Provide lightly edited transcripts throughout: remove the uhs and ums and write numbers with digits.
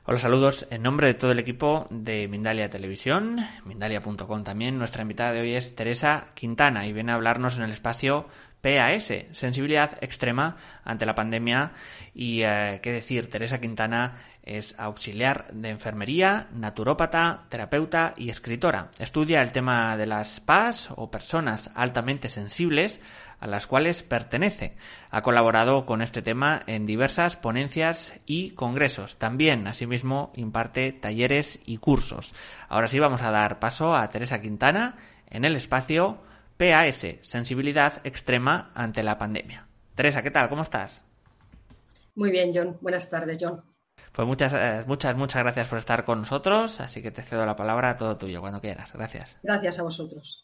Hola, saludos en nombre de todo el equipo de Mindalia Televisión, Mindalia.com también. Nuestra invitada de hoy es Teresa Quintana y viene a hablarnos en el espacio PAS, Sensibilidad Extrema ante la Pandemia. Y qué decir, Teresa Quintana es auxiliar de enfermería, naturópata, terapeuta y escritora. Estudia el tema de las PAS o personas altamente sensibles a las cuales pertenece. Ha colaborado con este tema en diversas ponencias y congresos. También, asimismo, imparte talleres y cursos. Ahora sí, vamos a dar paso a Teresa Quintana en el espacio PAS, Sensibilidad Extrema ante la Pandemia. Teresa, ¿qué tal? ¿Cómo estás? Muy bien, John. Buenas tardes, John. Pues muchas gracias por estar con nosotros, así que te cedo la palabra, todo tuyo, cuando quieras. Gracias. Gracias a vosotros.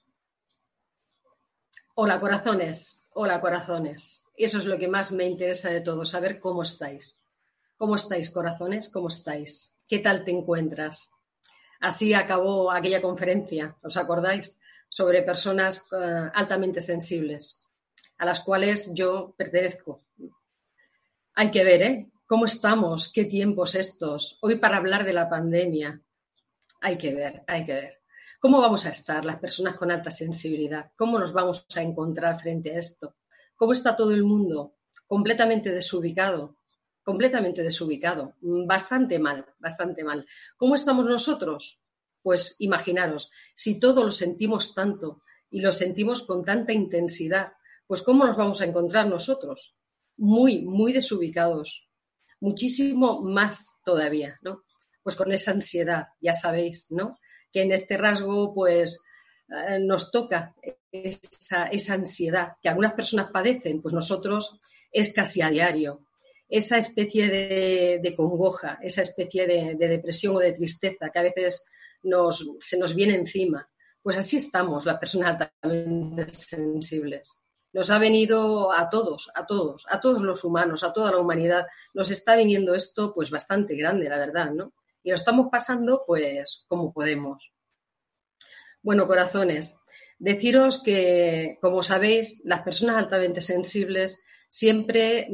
Hola, corazones. Hola, corazones. Eso es lo que más me interesa de todo, saber cómo estáis. ¿Cómo estáis, corazones? ¿Cómo estáis? ¿Qué tal te encuentras? Así acabó aquella conferencia, ¿os acordáis? Sobre personas altamente sensibles, a las cuales yo pertenezco. Hay que ver, ¿eh? ¿Cómo estamos? ¿Qué tiempos estos? Hoy para hablar de la pandemia. Hay que ver, hay que ver. ¿Cómo vamos a estar las personas con alta sensibilidad? ¿Cómo nos vamos a encontrar frente a esto? ¿Cómo está todo el mundo? Completamente desubicado, bastante mal, bastante mal. ¿Cómo estamos nosotros? Pues imaginaros, si todo lo sentimos tanto y lo sentimos con tanta intensidad, pues ¿cómo nos vamos a encontrar nosotros? Muy, muy desubicados, muchísimo más todavía, ¿no? Pues con esa ansiedad, ya sabéis, ¿no? Que en este rasgo, pues, nos toca esa ansiedad que algunas personas padecen, pues nosotros es casi a diario. Esa especie de congoja, esa especie de depresión o de tristeza que a veces se nos viene encima. Pues así estamos las personas altamente sensibles. Nos ha venido a todos los humanos, a toda la humanidad, nos está viniendo esto pues bastante grande, la verdad, ¿no? Y lo estamos pasando pues como podemos. Bueno, corazones, deciros que, como sabéis, las personas altamente sensibles siempre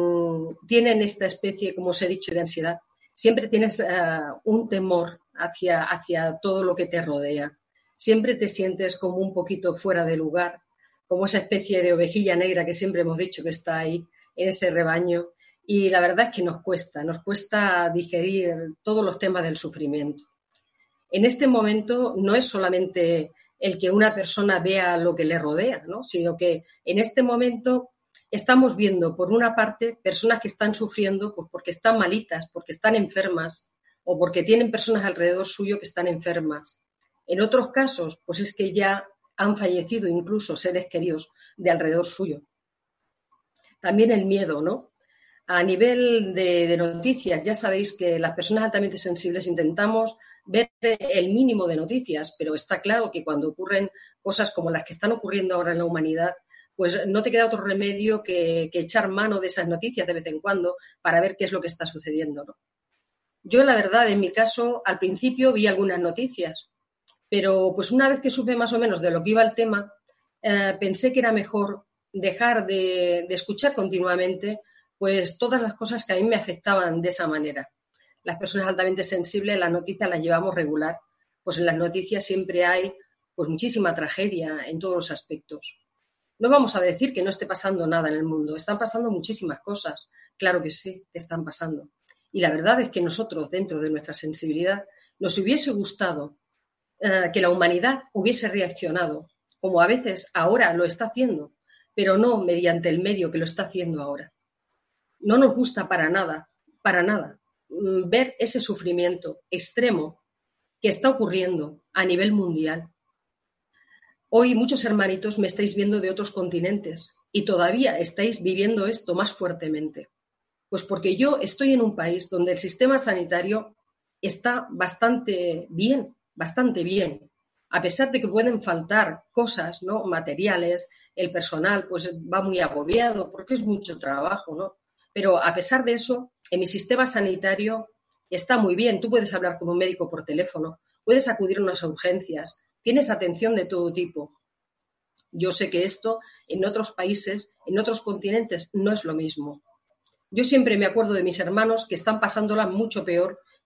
tienen esta especie, como os he dicho, de ansiedad. Siempre tienes un temor hacia todo lo que te rodea. Siempre te sientes como un poquito fuera de lugar, como esa especie de ovejilla negra que siempre hemos dicho que está ahí en ese rebaño. Y la verdad es que nos cuesta digerir todos los temas del sufrimiento. En este momento no es solamente el que una persona vea lo que le rodea, ¿no? Sino que en este momento estamos viendo, por una parte, personas que están sufriendo pues porque están malitas, porque están enfermas o porque tienen personas alrededor suyo que están enfermas. En otros casos, pues es que ya han fallecido incluso seres queridos de alrededor suyo. También el miedo, ¿no? A nivel de noticias, ya sabéis que las personas altamente sensibles intentamos ver el mínimo de noticias, pero está claro que cuando ocurren cosas como las que están ocurriendo ahora en la humanidad, pues no te queda otro remedio que echar mano de esas noticias de vez en cuando para ver qué es lo que está sucediendo, ¿no? Yo, la verdad, en mi caso, al principio vi algunas noticias, pero pues una vez que supe más o menos de lo que iba el tema, pensé que era mejor dejar de escuchar continuamente pues todas las cosas que a mí me afectaban de esa manera. Las personas altamente sensibles, las noticias las llevamos regular, pues en las noticias siempre hay pues muchísima tragedia en todos los aspectos. No vamos a decir que no esté pasando nada en el mundo, están pasando muchísimas cosas, claro que sí, que están pasando. Y la verdad es que nosotros, dentro de nuestra sensibilidad, nos hubiese gustado que la humanidad hubiese reaccionado, como a veces ahora lo está haciendo, pero no mediante el medio que lo está haciendo ahora. No nos gusta para nada, ver ese sufrimiento extremo que está ocurriendo a nivel mundial. Hoy muchos hermanitos me estáis viendo de otros continentes y todavía estáis viviendo esto más fuertemente. Pues porque yo estoy en un país donde el sistema sanitario está bastante bien, a pesar de que pueden faltar cosas, ¿no? Materiales, el personal pues va muy agobiado porque es mucho trabajo, ¿no? Pero a pesar de eso, en mi sistema sanitario está muy bien. Tú puedes hablar con un médico por teléfono, puedes acudir a unas urgencias, tienes atención de todo tipo. Yo sé que esto en otros países, en otros continentes, no es lo mismo. Yo siempre me acuerdo de mis hermanos que están pasándola mucho peor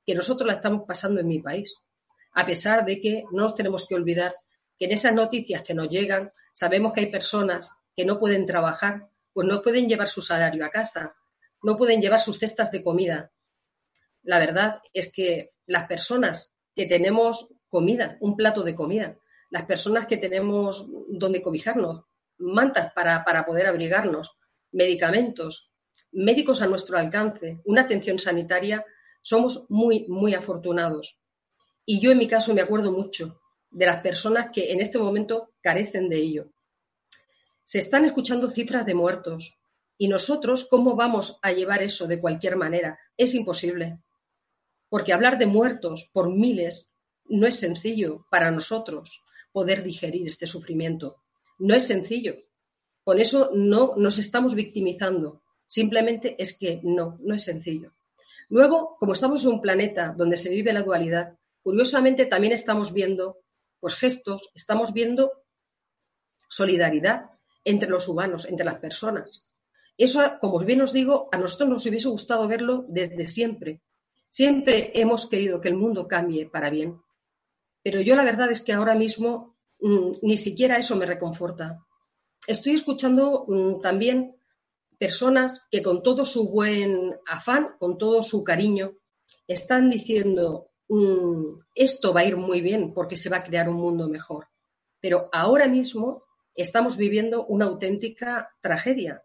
que nosotros la estamos pasando en mi país, a pesar de que no nos tenemos que olvidar que en esas noticias que nos llegan sabemos que hay personas que no pueden trabajar, pues no pueden llevar su salario a casa, no pueden llevar sus cestas de comida. La verdad es que las personas que tenemos comida, un plato de comida, las personas que tenemos donde cobijarnos, mantas para poder abrigarnos, medicamentos, médicos a nuestro alcance, una atención sanitaria, somos muy, muy afortunados. Y yo en mi caso me acuerdo mucho de las personas que en este momento carecen de ello. Se están escuchando cifras de muertos y nosotros, ¿cómo vamos a llevar eso de cualquier manera? Es imposible, porque hablar de muertos por miles no es sencillo para nosotros poder digerir este sufrimiento. No es sencillo. Con eso no nos estamos victimizando. Simplemente es que no es sencillo. Luego, como estamos en un planeta donde se vive la dualidad, curiosamente también estamos viendo pues, gestos, estamos viendo solidaridad entre los humanos, entre las personas. Eso, como bien os digo, a nosotros nos hubiese gustado verlo desde siempre. Siempre hemos querido que el mundo cambie para bien. Pero yo la verdad es que ahora mismo ni siquiera eso me reconforta. Estoy escuchando también personas que con todo su buen afán, con todo su cariño, están diciendo esto va a ir muy bien porque se va a crear un mundo mejor. Pero ahora mismo estamos viviendo una auténtica tragedia.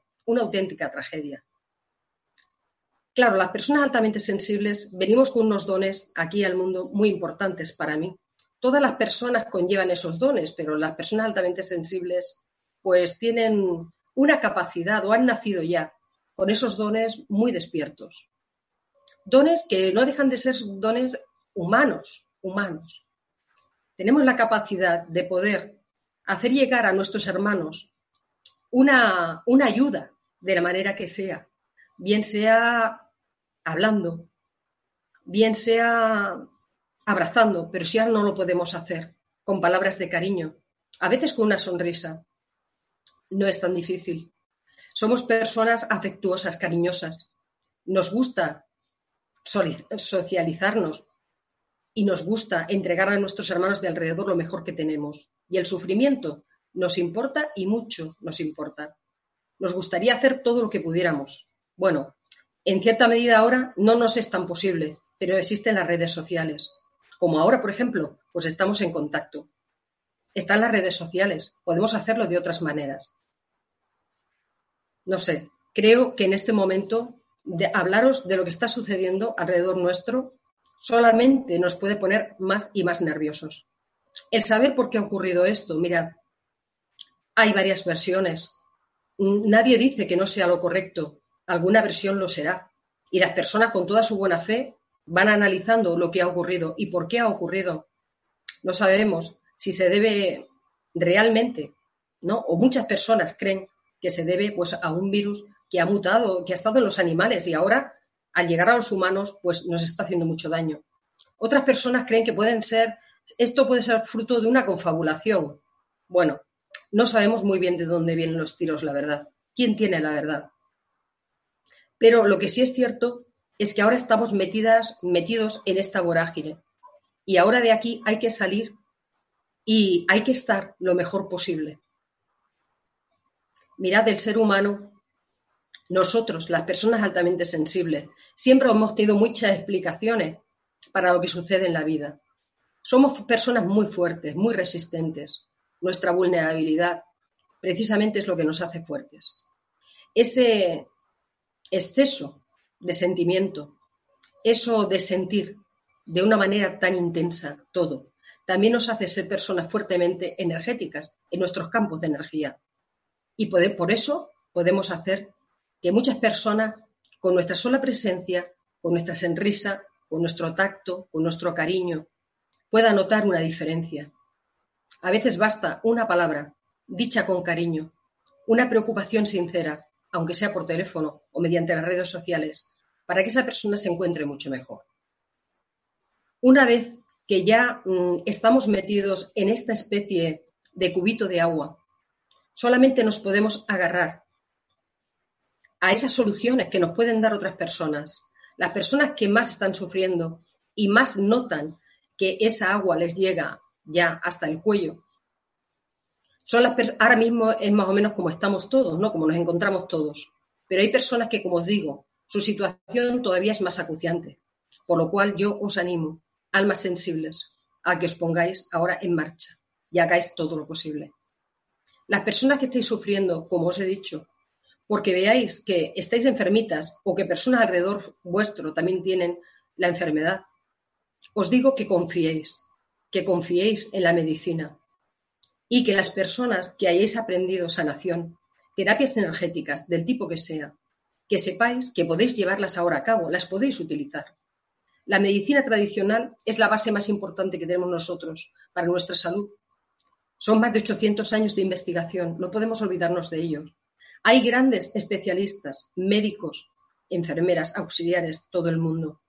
Claro, las personas altamente sensibles venimos con unos dones aquí al mundo muy importantes para mí. Todas las personas conllevan esos dones, pero las personas altamente sensibles pues tienen una capacidad o han nacido ya con esos dones muy despiertos. Dones que no dejan de ser dones humanos. Tenemos la capacidad de poder hacer llegar a nuestros hermanos una ayuda de la manera que sea, bien sea hablando, bien sea abrazando, pero si ahora no lo podemos hacer con palabras de cariño, a veces con una sonrisa. No es tan difícil. Somos personas afectuosas, cariñosas. Nos gusta socializarnos y nos gusta entregar a nuestros hermanos de alrededor lo mejor que tenemos. Y el sufrimiento nos importa y mucho nos importa. Nos gustaría hacer todo lo que pudiéramos. Bueno, en cierta medida ahora no nos es tan posible, pero existen las redes sociales. Como ahora, por ejemplo, pues estamos en contacto. Están las redes sociales, podemos hacerlo de otras maneras. No sé, creo que en este momento de hablaros de lo que está sucediendo alrededor nuestro solamente nos puede poner más y más nerviosos. El saber por qué ha ocurrido esto, mirad, hay varias versiones. Nadie dice que no sea lo correcto, alguna versión lo será. Y las personas con toda su buena fe van analizando lo que ha ocurrido y por qué ha ocurrido. No sabemos si se debe realmente, ¿no? O muchas personas creen que se debe pues, a un virus que ha mutado, que ha estado en los animales y ahora, al llegar a los humanos, pues nos está haciendo mucho daño. Otras personas creen que esto puede ser fruto de una confabulación. Bueno, no sabemos muy bien de dónde vienen los tiros, la verdad. ¿Quién tiene la verdad? Pero lo que sí es cierto es que ahora estamos metidos en esta vorágine. Y ahora de aquí hay que salir y hay que estar lo mejor posible. Mirad, el ser humano, nosotros, las personas altamente sensibles, siempre hemos tenido muchas explicaciones para lo que sucede en la vida. Somos personas muy fuertes, muy resistentes. Nuestra vulnerabilidad precisamente es lo que nos hace fuertes. Ese exceso de sentimiento, eso de sentir de una manera tan intensa todo, también nos hace ser personas fuertemente energéticas en nuestros campos de energía. Y por eso podemos hacer que muchas personas, con nuestra sola presencia, con nuestra sonrisa, con nuestro tacto, con nuestro cariño, puedan notar una diferencia. A veces basta una palabra, dicha con cariño, una preocupación sincera, aunque sea por teléfono o mediante las redes sociales, para que esa persona se encuentre mucho mejor. Una vez que ya estamos metidos en esta especie de cubito de agua, solamente nos podemos agarrar a esas soluciones que nos pueden dar otras personas. Las personas que más están sufriendo y más notan que esa agua les llega ya hasta el cuello, ahora mismo es más o menos como estamos todos, ¿no? Como nos encontramos todos. Pero hay personas que, como os digo, su situación todavía es más acuciante. Por lo cual yo os animo, almas sensibles, a que os pongáis ahora en marcha y hagáis todo lo posible. Las personas que estáis sufriendo, como os he dicho, porque veáis que estáis enfermitas o que personas alrededor vuestro también tienen la enfermedad, os digo que confiéis en la medicina y que las personas que hayáis aprendido sanación, terapias energéticas del tipo que sea, que sepáis que podéis llevarlas ahora a cabo, las podéis utilizar. La medicina tradicional es la base más importante que tenemos nosotros para nuestra salud. Son más de 800 años de investigación, no podemos olvidarnos de ellos. Hay grandes especialistas, médicos, enfermeras, auxiliares, todo el mundo.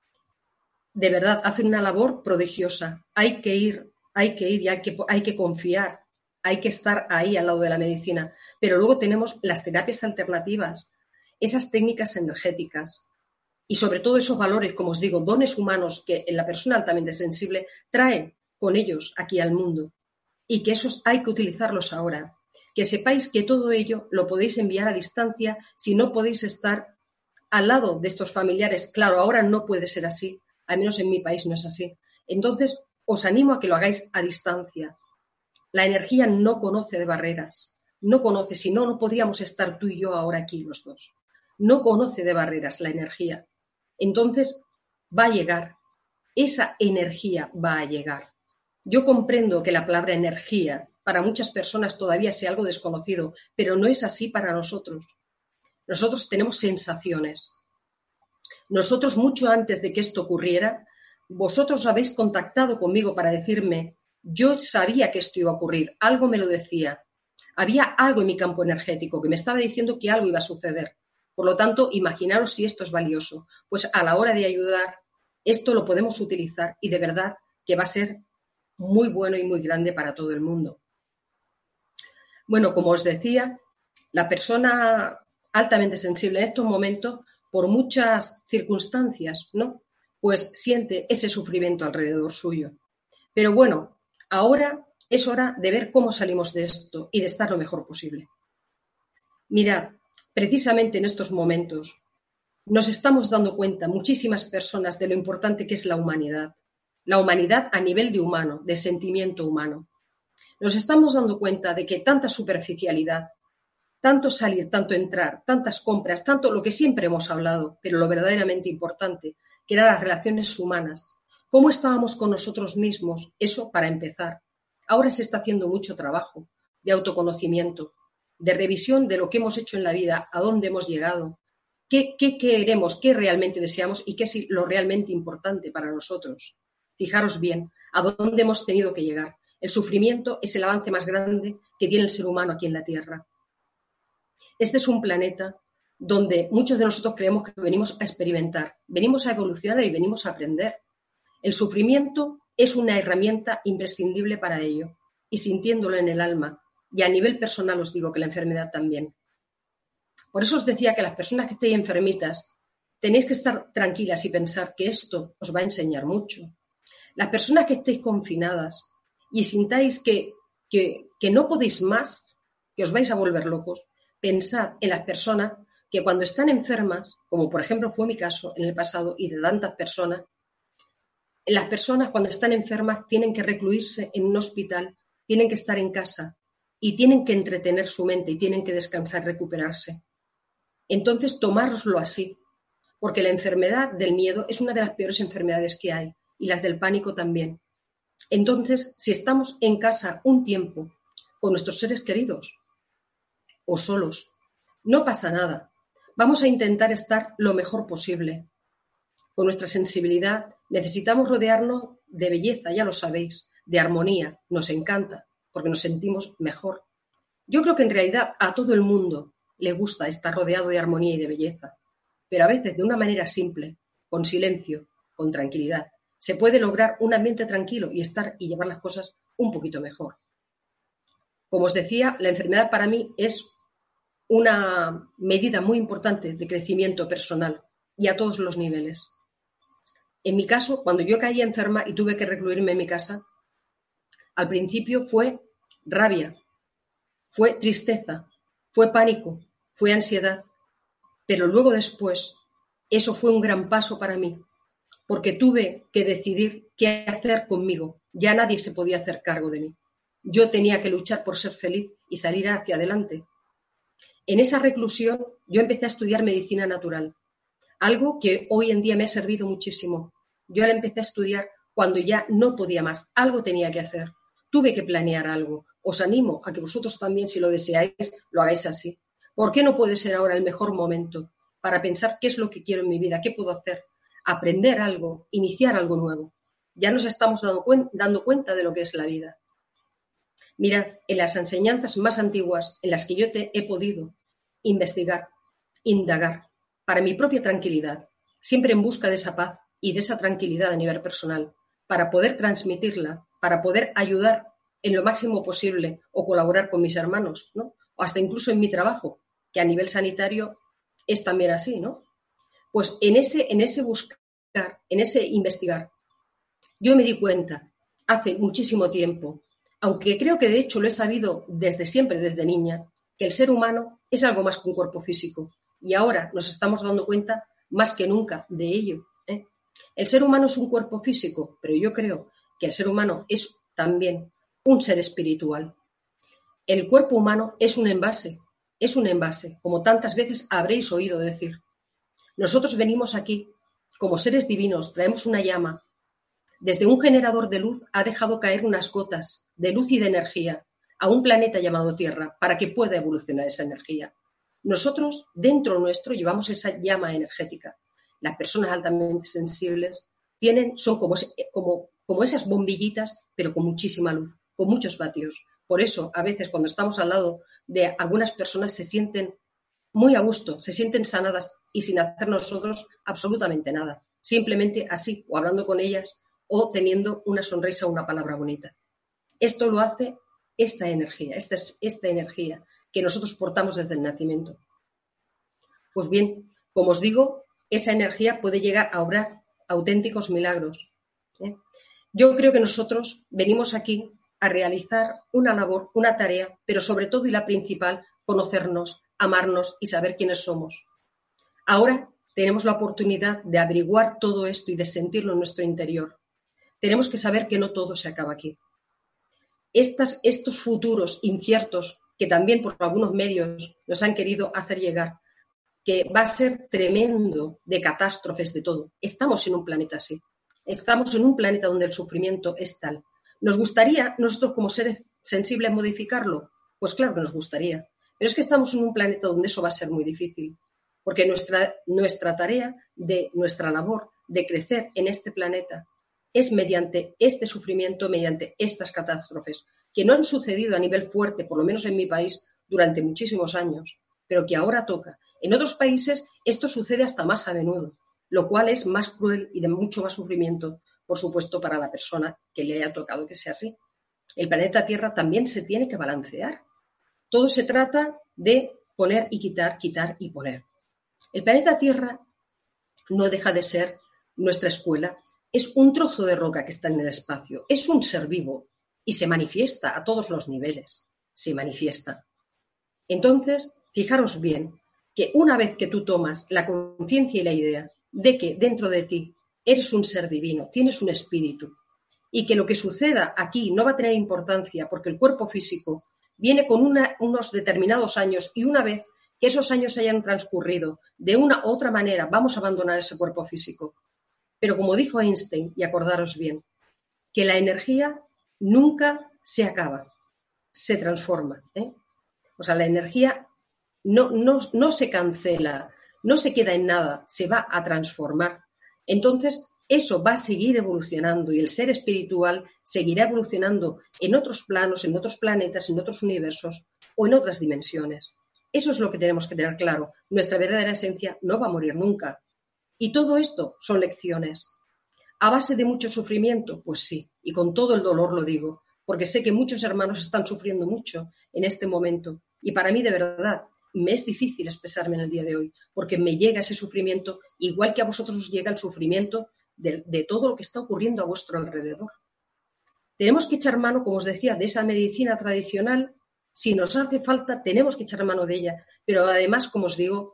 De verdad, hacen una labor prodigiosa. Hay que ir y hay que confiar, hay que estar ahí al lado de la medicina. Pero luego tenemos las terapias alternativas, esas técnicas energéticas y sobre todo esos valores, como os digo, dones humanos que en la persona altamente sensible trae con ellos aquí al mundo y que esos hay que utilizarlos ahora. Que sepáis que todo ello lo podéis enviar a distancia si no podéis estar al lado de estos familiares. Claro, ahora no puede ser así, al menos en mi país no es así. Entonces, os animo a que lo hagáis a distancia. La energía no conoce de barreras, no conoce, si no, no podríamos estar tú y yo ahora aquí los dos. No conoce de barreras la energía. Entonces, va a llegar, esa energía va a llegar. Yo comprendo que la palabra energía para muchas personas todavía sea algo desconocido, pero no es así para nosotros. Nosotros tenemos sensaciones. Nosotros, mucho antes de que esto ocurriera, vosotros habéis contactado conmigo para decirme, yo sabía que esto iba a ocurrir, algo me lo decía. Había algo en mi campo energético que me estaba diciendo que algo iba a suceder. Por lo tanto, imaginaros si esto es valioso. Pues a la hora de ayudar, esto lo podemos utilizar y de verdad que va a ser muy bueno y muy grande para todo el mundo. Bueno, como os decía, la persona altamente sensible en estos momentos, por muchas circunstancias, ¿no?, pues siente ese sufrimiento alrededor suyo. Pero bueno, ahora es hora de ver cómo salimos de esto y de estar lo mejor posible. Mirad, precisamente en estos momentos nos estamos dando cuenta, muchísimas personas, de lo importante que es la humanidad a nivel de humano, de sentimiento humano. Nos estamos dando cuenta de que tanta superficialidad, tanto salir, tanto entrar, tantas compras, tanto lo que siempre hemos hablado, pero lo verdaderamente importante, que eran las relaciones humanas. ¿Cómo estábamos con nosotros mismos? Eso para empezar. Ahora se está haciendo mucho trabajo de autoconocimiento, de revisión de lo que hemos hecho en la vida, a dónde hemos llegado, qué queremos, qué realmente deseamos y qué es lo realmente importante para nosotros. Fijaros bien, a dónde hemos tenido que llegar. El sufrimiento es el avance más grande que tiene el ser humano aquí en la Tierra. Este es un planeta donde muchos de nosotros creemos que venimos a experimentar, venimos a evolucionar y venimos a aprender. El sufrimiento es una herramienta imprescindible para ello, y sintiéndolo en el alma, y a nivel personal os digo que la enfermedad también. Por eso os decía que las personas que estéis enfermitas tenéis que estar tranquilas y pensar que esto os va a enseñar mucho. Las personas que estéis confinadas y sintáis que no podéis más, que os vais a volver locos, pensad en las personas que cuando están enfermas, como por ejemplo fue mi caso en el pasado y de tantas personas, las personas cuando están enfermas tienen que recluirse en un hospital, tienen que estar en casa y tienen que entretener su mente y tienen que descansar, recuperarse. Entonces, tomároslo así, porque la enfermedad del miedo es una de las peores enfermedades que hay y las del pánico también. Entonces, si estamos en casa un tiempo con nuestros seres queridos o solos, no pasa nada. Vamos a intentar estar lo mejor posible. Con nuestra sensibilidad necesitamos rodearnos de belleza, ya lo sabéis, de armonía. Nos encanta porque nos sentimos mejor. Yo creo que en realidad a todo el mundo le gusta estar rodeado de armonía y de belleza, pero a veces de una manera simple, con silencio, con tranquilidad, se puede lograr un ambiente tranquilo y estar y llevar las cosas un poquito mejor. Como os decía, la enfermedad para mí es una medida muy importante de crecimiento personal y a todos los niveles. En mi caso, cuando yo caí enferma y tuve que recluirme en mi casa, al principio fue rabia, fue tristeza, fue pánico, fue ansiedad, pero luego después eso fue un gran paso para mí, porque tuve que decidir qué hacer conmigo. Ya nadie se podía hacer cargo de mí. Yo tenía que luchar por ser feliz y salir hacia adelante. En esa reclusión yo empecé a estudiar medicina natural, algo que hoy en día me ha servido muchísimo. Yo la empecé a estudiar cuando ya no podía más, algo tenía que hacer. Tuve que planear algo. Os animo a que vosotros también, si lo deseáis, lo hagáis así. ¿Por qué no puede ser ahora el mejor momento para pensar qué es lo que quiero en mi vida, qué puedo hacer, aprender algo, iniciar algo nuevo? Ya nos estamos dando cuenta de lo que es la vida. Mirad, en las enseñanzas más antiguas en las que yo he podido investigar, indagar, para mi propia tranquilidad, siempre en busca de esa paz y de esa tranquilidad a nivel personal, para poder transmitirla, para poder ayudar en lo máximo posible o colaborar con mis hermanos, ¿no? O hasta incluso en mi trabajo, que a nivel sanitario es también así, ¿no? Pues en ese buscar, en ese investigar, yo me di cuenta hace muchísimo tiempo, aunque creo que de hecho lo he sabido desde siempre, desde niña, que el ser humano es algo más que un cuerpo físico. Y ahora nos estamos dando cuenta más que nunca de ello. El ser humano es un cuerpo físico, pero yo creo que el ser humano es también un ser espiritual. El cuerpo humano es un envase, como tantas veces habréis oído decir. Nosotros venimos aquí como seres divinos, traemos una llama. Desde un generador de luz ha dejado caer unas gotas de luz y de energía a un planeta llamado Tierra para que pueda evolucionar esa energía. Nosotros, dentro nuestro, llevamos esa llama energética. Las personas altamente sensibles son como esas bombillitas, pero con muchísima luz, con muchos vatios. Por eso, a veces, cuando estamos al lado de algunas personas, se sienten muy a gusto, se sienten sanadas y sin hacer nosotros absolutamente nada. Simplemente así, o hablando con ellas, o teniendo una sonrisa o una palabra bonita. Esto lo hace esta energía que nosotros portamos desde el nacimiento. Pues bien, como os digo, esa energía puede llegar a obrar auténticos milagros. Yo creo que nosotros venimos aquí a realizar una labor, una tarea, pero sobre todo y la principal, conocernos, amarnos y saber quiénes somos. Ahora tenemos la oportunidad de averiguar todo esto y de sentirlo en nuestro interior. Tenemos que saber que no todo se acaba aquí. Estos futuros inciertos que también por algunos medios nos han querido hacer llegar, que va a ser tremendo de catástrofes de todo. Estamos en un planeta así. Estamos en un planeta donde el sufrimiento es tal. ¿Nos gustaría nosotros como seres sensibles modificarlo? Pues claro que nos gustaría. Pero es que estamos en un planeta donde eso va a ser muy difícil. Porque nuestra tarea, nuestra labor de crecer en este planeta es mediante este sufrimiento, mediante estas catástrofes, que no han sucedido a nivel fuerte, por lo menos en mi país, durante muchísimos años, pero que ahora toca. En otros países esto sucede hasta más a menudo, lo cual es más cruel y de mucho más sufrimiento, por supuesto, para la persona que le haya tocado que sea así. El planeta Tierra también se tiene que balancear. Todo se trata de poner y quitar, quitar y poner. El planeta Tierra no deja de ser nuestra escuela. Es un trozo de roca que está en el espacio. Es un ser vivo y se manifiesta a todos los niveles. Se manifiesta. Entonces, fijaros bien que una vez que tú tomas la conciencia y la idea de que dentro de ti eres un ser divino, tienes un espíritu, y que lo que suceda aquí no va a tener importancia porque el cuerpo físico viene con unos determinados años y una vez que esos años se hayan transcurrido de una u otra manera, vamos a abandonar ese cuerpo físico. Pero como dijo Einstein, y acordaros bien, que la energía nunca se acaba, se transforma. O sea, la energía no se cancela, no se queda en nada, se va a transformar. Entonces, eso va a seguir evolucionando y el ser espiritual seguirá evolucionando en otros planos, en otros planetas, en otros universos o en otras dimensiones. Eso es lo que tenemos que tener claro. Nuestra verdadera esencia no va a morir nunca. Y todo esto son lecciones. ¿A base de mucho sufrimiento? Pues sí, y con todo el dolor lo digo, porque sé que muchos hermanos están sufriendo mucho en este momento. Y para mí, de verdad, me es difícil expresarme en el día de hoy, porque me llega ese sufrimiento, igual que a vosotros os llega el sufrimiento de todo lo que está ocurriendo a vuestro alrededor. Tenemos que echar mano, como os decía, de esa medicina tradicional. Si nos hace falta, tenemos que echar mano de ella. Pero además, como os digo,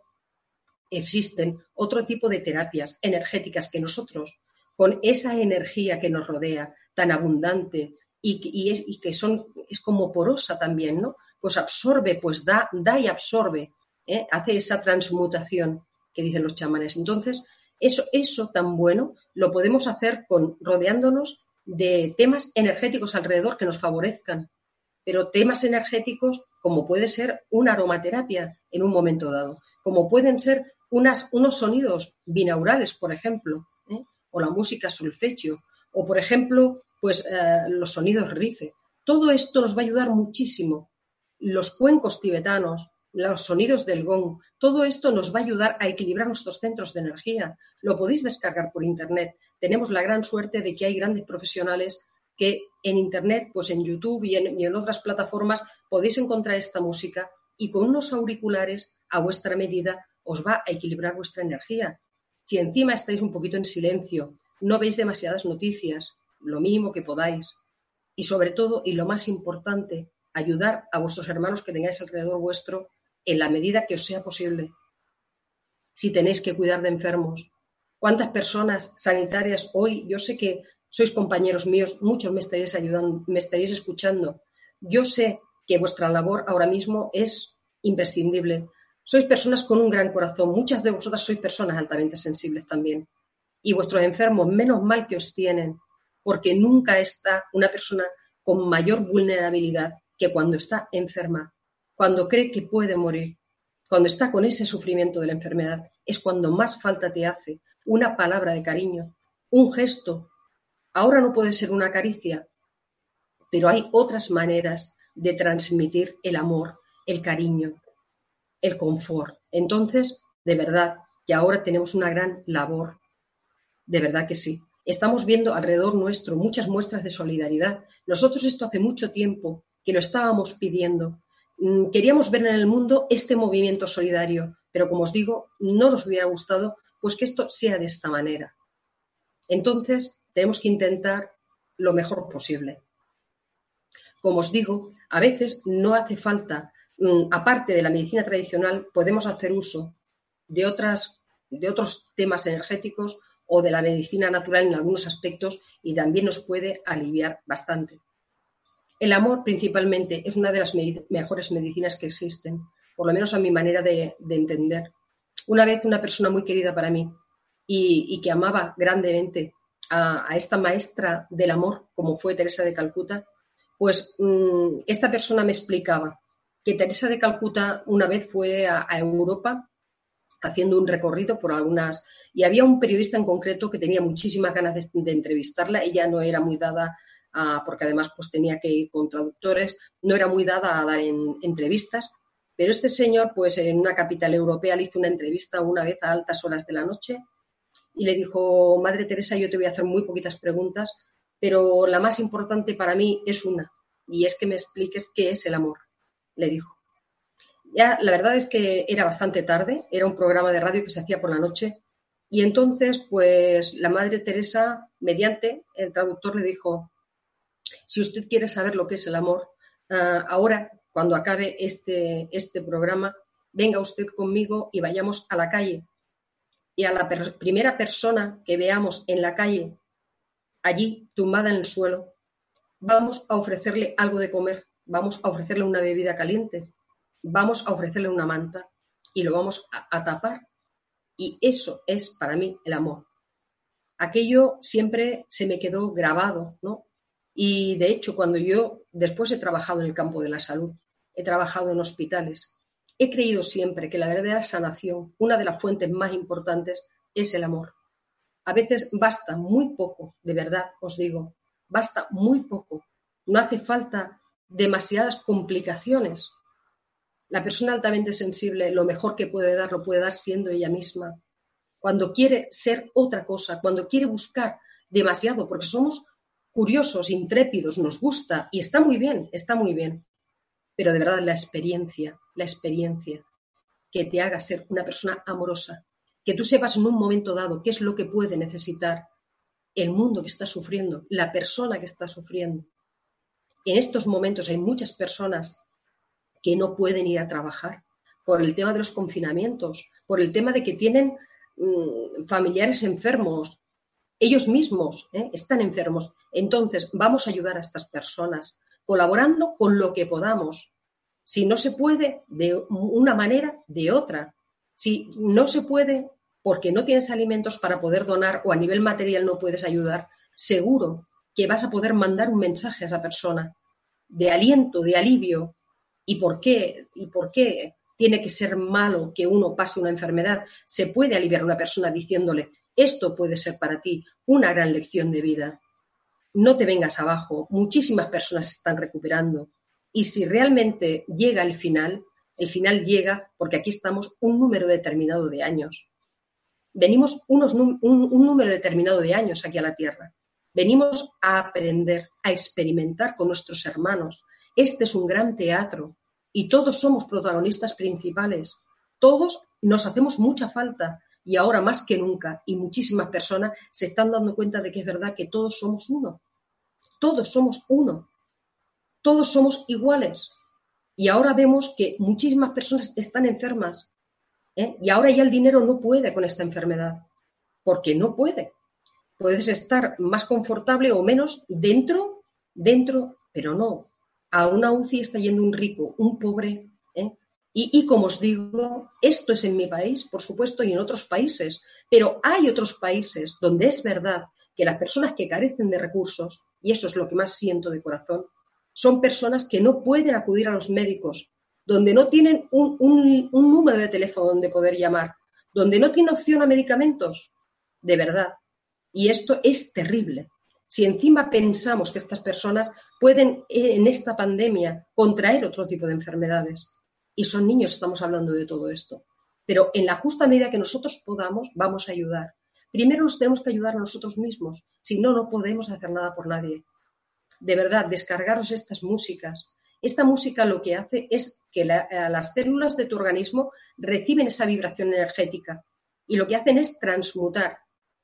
existen otro tipo de terapias energéticas que nosotros, con esa energía que nos rodea, tan abundante y que es como porosa también, ¿no? Pues absorbe, pues da y absorbe, hace esa transmutación que dicen los chamanes. Entonces, eso tan bueno lo podemos hacer rodeándonos de temas energéticos alrededor que nos favorezcan, pero temas energéticos como puede ser una aromaterapia en un momento dado, como pueden ser unos sonidos binaurales, por ejemplo, o la música solfegio, o por ejemplo, pues los sonidos rife. Todo esto nos va a ayudar muchísimo. Los cuencos tibetanos, los sonidos del gong, todo esto nos va a ayudar a equilibrar nuestros centros de energía. Lo podéis descargar por internet. Tenemos la gran suerte de que hay grandes profesionales que en internet, pues en YouTube y en otras plataformas podéis encontrar esta música y con unos auriculares a vuestra medida os va a equilibrar vuestra energía. Si encima estáis un poquito en silencio, no veis demasiadas noticias, lo mínimo que podáis. Y sobre todo, y lo más importante, ayudar a vuestros hermanos que tengáis alrededor vuestro en la medida que os sea posible. Si tenéis que cuidar de enfermos, ¿cuántas personas sanitarias hoy? Yo sé que sois compañeros míos, muchos me estaréis ayudando, me estaréis escuchando. Yo sé que vuestra labor ahora mismo es imprescindible. Sois personas con un gran corazón. Muchas de vosotras sois personas altamente sensibles también. Y vuestros enfermos, menos mal que os tienen, porque nunca está una persona con mayor vulnerabilidad que cuando está enferma, cuando cree que puede morir, cuando está con ese sufrimiento de la enfermedad. Es cuando más falta te hace una palabra de cariño, un gesto. Ahora no puede ser una caricia, pero hay otras maneras de transmitir el amor, el cariño, el confort. Entonces, de verdad, que ahora tenemos una gran labor. De verdad que sí. Estamos viendo alrededor nuestro muchas muestras de solidaridad. Nosotros esto hace mucho tiempo que lo estábamos pidiendo. Queríamos ver en el mundo este movimiento solidario, pero como os digo, no nos hubiera gustado pues que esto sea de esta manera. Entonces, tenemos que intentar lo mejor posible. Como os digo, a veces no hace falta, aparte de la medicina tradicional, podemos hacer uso de otros temas energéticos o de la medicina natural en algunos aspectos y también nos puede aliviar bastante. El amor, principalmente, es una de las mejores medicinas que existen, por lo menos a mi manera de entender. Una vez una persona muy querida para mí y que amaba grandemente a esta maestra del amor, como fue Teresa de Calcuta, pues esta persona me explicaba que Teresa de Calcuta una vez fue a Europa haciendo un recorrido por algunas... Y había un periodista en concreto que tenía muchísimas ganas de entrevistarla. Ella no era muy dada, porque además pues tenía que ir con traductores, no era muy dada a dar entrevistas. Pero este señor, pues en una capital europea, le hizo una entrevista una vez a altas horas de la noche y le dijo: Madre Teresa, yo te voy a hacer muy poquitas preguntas, pero la más importante para mí es una, y es que me expliques qué es el amor, le dijo. Ya, la verdad es que era bastante tarde, era un programa de radio que se hacía por la noche, y entonces, pues, la Madre Teresa, mediante el traductor, le dijo: si usted quiere saber lo que es el amor, ahora, cuando acabe este programa, venga usted conmigo y vayamos a la calle. Y a la primera persona que veamos en la calle, allí, tumbada en el suelo, vamos a ofrecerle algo de comer, vamos a ofrecerle una bebida caliente, vamos a ofrecerle una manta y lo vamos a tapar. Y eso es para mí el amor. Aquello siempre se me quedó grabado, ¿no? Y de hecho, cuando yo después he trabajado en el campo de la salud, he trabajado en hospitales, he creído siempre que la verdadera sanación, una de las fuentes más importantes, es el amor. A veces basta muy poco, de verdad os digo, basta muy poco. No hace falta demasiadas complicaciones. La persona altamente sensible, lo mejor que puede dar, lo puede dar siendo ella misma. Cuando quiere ser otra cosa, cuando quiere buscar demasiado, porque somos curiosos, intrépidos, nos gusta y está muy bien, pero de verdad la experiencia que te haga ser una persona amorosa, que tú sepas en un momento dado qué es lo que puede necesitar, el mundo que está sufriendo, la persona que está sufriendo. En estos momentos hay muchas personas que no pueden ir a trabajar por el tema de los confinamientos, por el tema de que tienen familiares enfermos, ellos mismos están enfermos. Entonces, vamos a ayudar a estas personas colaborando con lo que podamos. Si no se puede, de una manera, de otra. Si no se puede porque no tienes alimentos para poder donar o a nivel material no puedes ayudar, seguro que vas a poder mandar un mensaje a esa persona de aliento, de alivio. ¿Y por qué? ¿Y por qué tiene que ser malo que uno pase una enfermedad? Se puede aliviar a una persona diciéndole, esto puede ser para ti una gran lección de vida. No te vengas abajo. Muchísimas personas se están recuperando. Y si realmente llega el final llega porque aquí estamos un número determinado de años. Venimos un número determinado de años aquí a la Tierra. Venimos a aprender, a experimentar con nuestros hermanos. Este es un gran teatro y todos somos protagonistas principales. Todos nos hacemos mucha falta y ahora más que nunca, y muchísimas personas se están dando cuenta de que es verdad que todos somos uno. Todos somos uno. Todos somos iguales. Y ahora vemos que muchísimas personas están enfermas. Y ahora ya el dinero no puede con esta enfermedad. Porque no puede. Puedes estar más confortable o menos dentro, pero no. A una UCI está yendo un rico, un pobre. Y como os digo, esto es en mi país, por supuesto, y en otros países. Pero hay otros países donde es verdad que las personas que carecen de recursos, y eso es lo que más siento de corazón, son personas que no pueden acudir a los médicos, donde no tienen un número de teléfono donde poder llamar, donde no tienen opción a medicamentos, de verdad. Y esto es terrible. Si encima pensamos que estas personas pueden en esta pandemia contraer otro tipo de enfermedades, y son niños, estamos hablando de todo esto, pero en la justa medida que nosotros podamos, vamos a ayudar. Primero nos tenemos que ayudar a nosotros mismos, si no, no podemos hacer nada por nadie. De verdad, descargaros estas músicas. Esta música lo que hace es que las células de tu organismo reciben esa vibración energética y lo que hacen es transmutar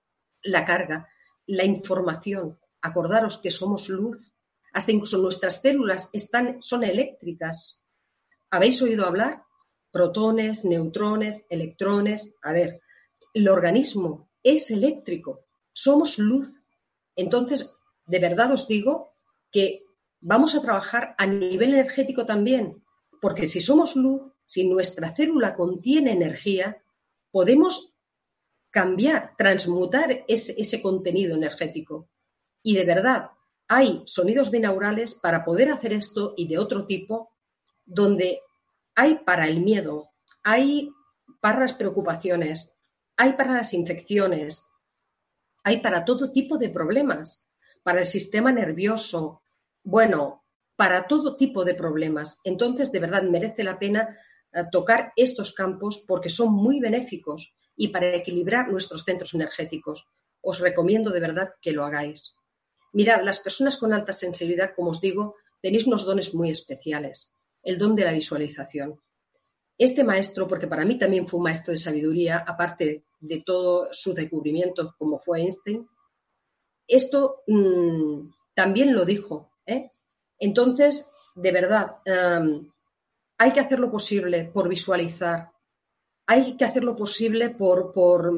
la carga, la información. Acordaros que somos luz. Hasta incluso nuestras células son eléctricas. ¿Habéis oído hablar? Protones, neutrones, electrones. A ver, el organismo es eléctrico. Somos luz. Entonces, de verdad os digo que vamos a trabajar a nivel energético también, porque si somos luz, si nuestra célula contiene energía, podemos cambiar, transmutar ese contenido energético. Y de verdad, hay sonidos binaurales para poder hacer esto y de otro tipo, donde hay para el miedo, hay para las preocupaciones, hay para las infecciones, hay para todo tipo de problemas, para el sistema nervioso, bueno, para todo tipo de problemas. Entonces, de verdad, merece la pena tocar estos campos porque son muy benéficos y para equilibrar nuestros centros energéticos. Os recomiendo de verdad que lo hagáis. Mirad, las personas con alta sensibilidad, como os digo, tenéis unos dones muy especiales. El don de la visualización. Este maestro, porque para mí también fue un maestro de sabiduría, aparte de todo su descubrimiento como fue Einstein, esto también lo dijo. Entonces, de verdad, hay que hacer lo posible por visualizar, hay que hacer lo posible por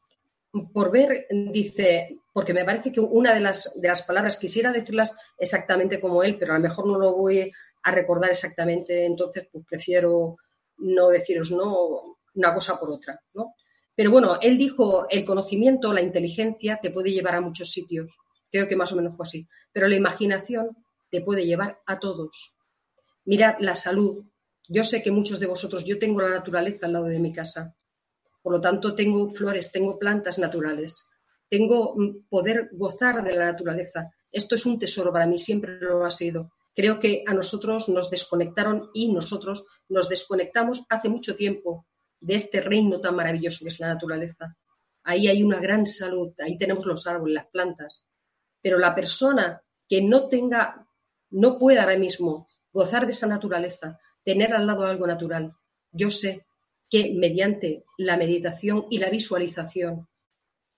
ver, dice, porque me parece que una de las palabras, quisiera decirlas exactamente como él, pero a lo mejor no lo voy a recordar exactamente, entonces pues prefiero no deciros no una cosa por otra, ¿no? Pero bueno, él dijo, el conocimiento, la inteligencia te puede llevar a muchos sitios. Creo que más o menos fue así. Pero la imaginación te puede llevar a todos. Mirad, la salud. Yo sé que muchos de vosotros, yo tengo la naturaleza al lado de mi casa. Por lo tanto, tengo flores, tengo plantas naturales. Tengo poder gozar de la naturaleza. Esto es un tesoro para mí, siempre lo ha sido. Creo que a nosotros nos desconectaron y nosotros nos desconectamos hace mucho tiempo de este reino tan maravilloso que es la naturaleza. Ahí hay una gran salud, ahí tenemos los árboles, las plantas. Pero la persona que no pueda ahora mismo gozar de esa naturaleza, tener al lado algo natural, yo sé que mediante la meditación y la visualización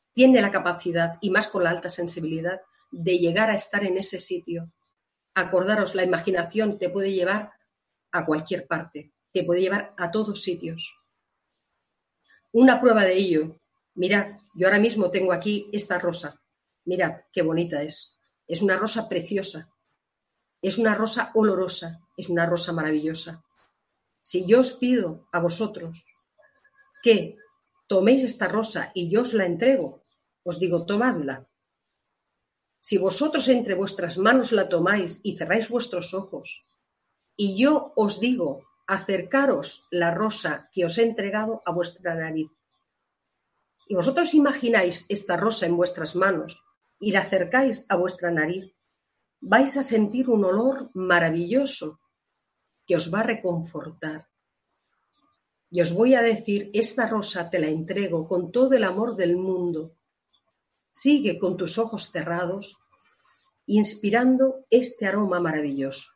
tiene la capacidad, y más con la alta sensibilidad, de llegar a estar en ese sitio. Acordaros, la imaginación te puede llevar a cualquier parte, te puede llevar a todos sitios. Una prueba de ello, mirad, yo ahora mismo tengo aquí esta rosa. Mirad qué bonita es. Es una rosa preciosa. Es una rosa olorosa. Es una rosa maravillosa. Si yo os pido a vosotros que toméis esta rosa y yo os la entrego, os digo, tomadla. Si vosotros entre vuestras manos la tomáis y cerráis vuestros ojos, y yo os digo, acercaros la rosa que os he entregado a vuestra nariz, y vosotros imagináis esta rosa en vuestras manos y la acercáis a vuestra nariz, vais a sentir un olor maravilloso que os va a reconfortar. Y os voy a decir, esta rosa te la entrego con todo el amor del mundo. Sigue con tus ojos cerrados, inspirando este aroma maravilloso.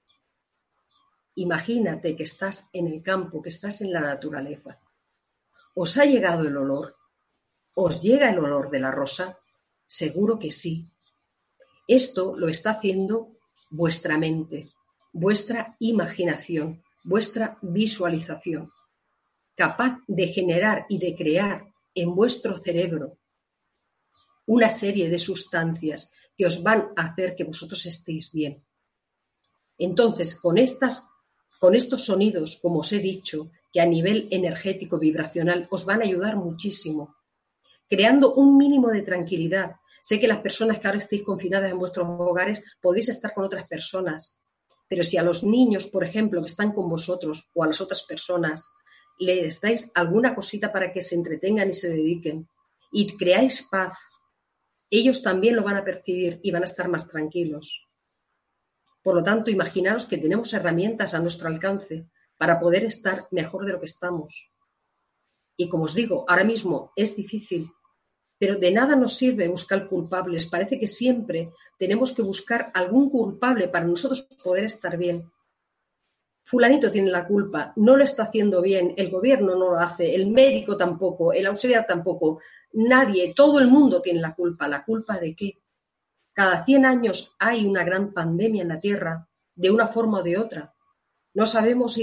Imagínate que estás en el campo, que estás en la naturaleza. ¿Os ha llegado el olor? ¿Os llega el olor de la rosa? Seguro que sí. Esto lo está haciendo vuestra mente, vuestra imaginación, vuestra visualización, capaz de generar y de crear en vuestro cerebro una serie de sustancias que os van a hacer que vosotros estéis bien. Entonces, con estos sonidos, como os he dicho, que a nivel energético, vibracional, os van a ayudar muchísimo, creando un mínimo de tranquilidad. Sé que las personas que ahora estéis confinadas en vuestros hogares podéis estar con otras personas, pero si a los niños, por ejemplo, que están con vosotros o a las otras personas, les dais alguna cosita para que se entretengan y se dediquen y creáis paz, ellos también lo van a percibir y van a estar más tranquilos. Por lo tanto, imaginaros que tenemos herramientas a nuestro alcance para poder estar mejor de lo que estamos. Y como os digo, ahora mismo es difícil, pero de nada nos sirve buscar culpables. Parece que siempre tenemos que buscar algún culpable para nosotros poder estar bien. Fulanito tiene la culpa, no lo está haciendo bien, el gobierno no lo hace, el médico tampoco, el auxiliar tampoco, nadie, todo el mundo tiene la culpa. ¿La culpa de qué? Cada 100 años hay una gran pandemia en la Tierra, de una forma o de otra. No sabemos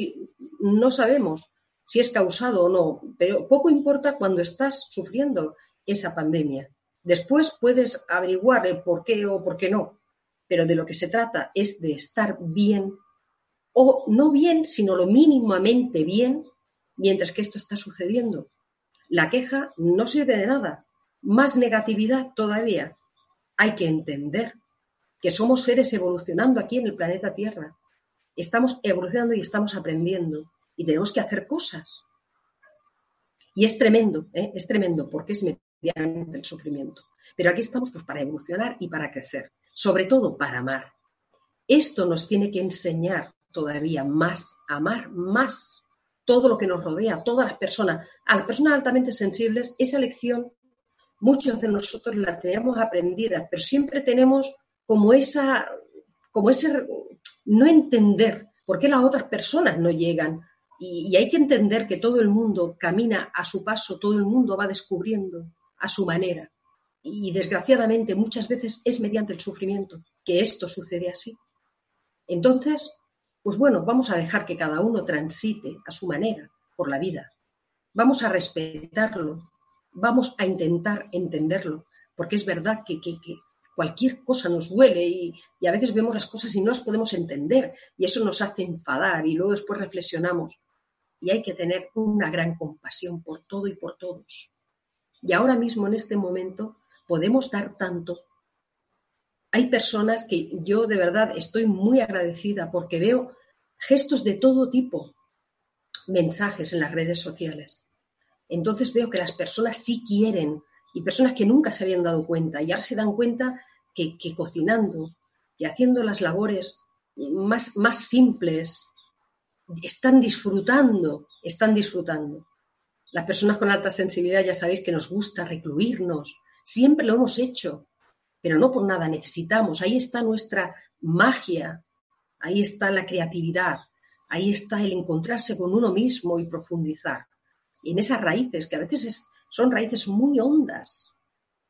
si es causado o no, pero poco importa cuando estás sufriendo esa pandemia. Después puedes averiguar el por qué o por qué no, pero de lo que se trata es de estar bien, o no bien, sino lo mínimamente bien, mientras que esto está sucediendo. La queja no sirve de nada, más negatividad todavía. Hay que entender que somos seres evolucionando aquí en el planeta Tierra. Estamos evolucionando y estamos aprendiendo y tenemos que hacer cosas. Y es tremendo porque es mediante el sufrimiento. Pero aquí estamos pues para evolucionar y para crecer, sobre todo para amar. Esto nos tiene que enseñar todavía más, amar más todo lo que nos rodea, todas las personas. A las personas altamente sensibles, esa lección muchos de nosotros la tenemos aprendida, pero siempre tenemos como ese no entender por qué las otras personas no llegan. Y hay que entender que todo el mundo camina a su paso, todo el mundo va descubriendo a su manera. Y desgraciadamente muchas veces es mediante el sufrimiento que esto sucede así. Entonces, pues bueno, vamos a dejar que cada uno transite a su manera por la vida. Vamos a respetarlo, vamos a intentar entenderlo, porque es verdad que cualquier cosa nos duele y a veces vemos las cosas y no las podemos entender y eso nos hace enfadar y luego después reflexionamos. Y hay que tener una gran compasión por todo y por todos. Y ahora mismo, en este momento, podemos dar tanto. Hay personas que yo de verdad estoy muy agradecida porque veo gestos de todo tipo, mensajes en las redes sociales. Entonces veo que las personas sí quieren y personas que nunca se habían dado cuenta y ahora se dan cuenta que cocinando y haciendo las labores más simples, están disfrutando. Las personas con alta sensibilidad ya sabéis que nos gusta recluirnos, siempre lo hemos hecho, pero no por nada necesitamos, ahí está nuestra magia, ahí está la creatividad, ahí está el encontrarse con uno mismo y profundizar. Y en esas raíces, que a veces son raíces muy hondas,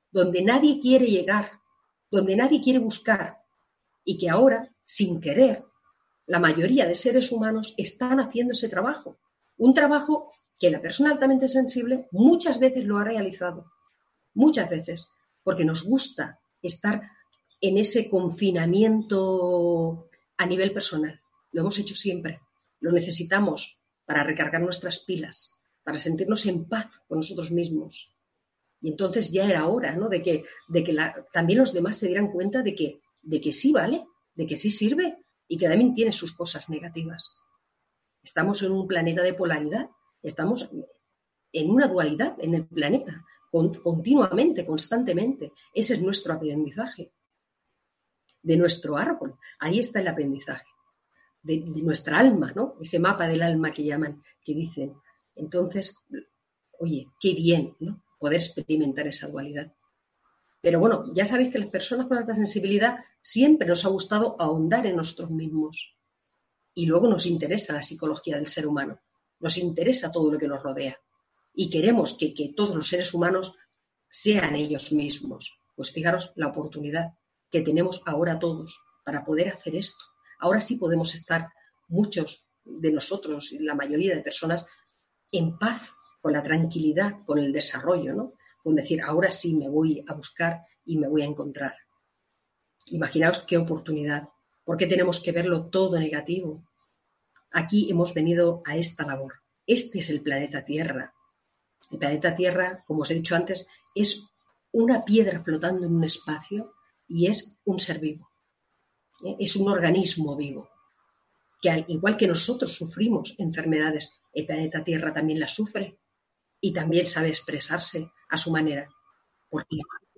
donde nadie quiere llegar, donde nadie quiere buscar, y que ahora, sin querer, la mayoría de seres humanos están haciendo ese trabajo. Un trabajo que la persona altamente sensible muchas veces lo ha realizado, muchas veces, porque nos gusta estar en ese confinamiento a nivel personal. Lo hemos hecho siempre, lo necesitamos para recargar nuestras pilas, para sentirnos en paz con nosotros mismos. Y entonces ya era hora, ¿no?, de que también los demás se dieran cuenta de que sí vale, de que sí sirve y que también tiene sus cosas negativas. Estamos en un planeta de polaridad, estamos en una dualidad en el planeta, continuamente, constantemente. Ese es nuestro aprendizaje, de nuestro árbol. Ahí está el aprendizaje, de nuestra alma, ¿no? Ese mapa del alma que llaman, que dicen. Entonces, oye, qué bien, ¿no?, poder experimentar esa dualidad. Pero bueno, ya sabéis que las personas con alta sensibilidad siempre nos ha gustado ahondar en nosotros mismos. Y luego nos interesa la psicología del ser humano, nos interesa todo lo que nos rodea. Y queremos que todos los seres humanos sean ellos mismos. Pues fijaros la oportunidad que tenemos ahora todos para poder hacer esto. Ahora sí podemos estar muchos de nosotros, la mayoría de personas, en paz, con la tranquilidad, con el desarrollo, ¿no? Con decir, ahora sí me voy a buscar y me voy a encontrar. Imaginaos qué oportunidad. ¿Por qué tenemos que verlo todo negativo? Aquí hemos venido a esta labor. Este es el planeta Tierra. El planeta Tierra, como os he dicho antes, es una piedra flotando en un espacio y es un ser vivo. Es un organismo vivo, que al igual que nosotros sufrimos enfermedades, el planeta Tierra también las sufre y también sabe expresarse a su manera. Porque,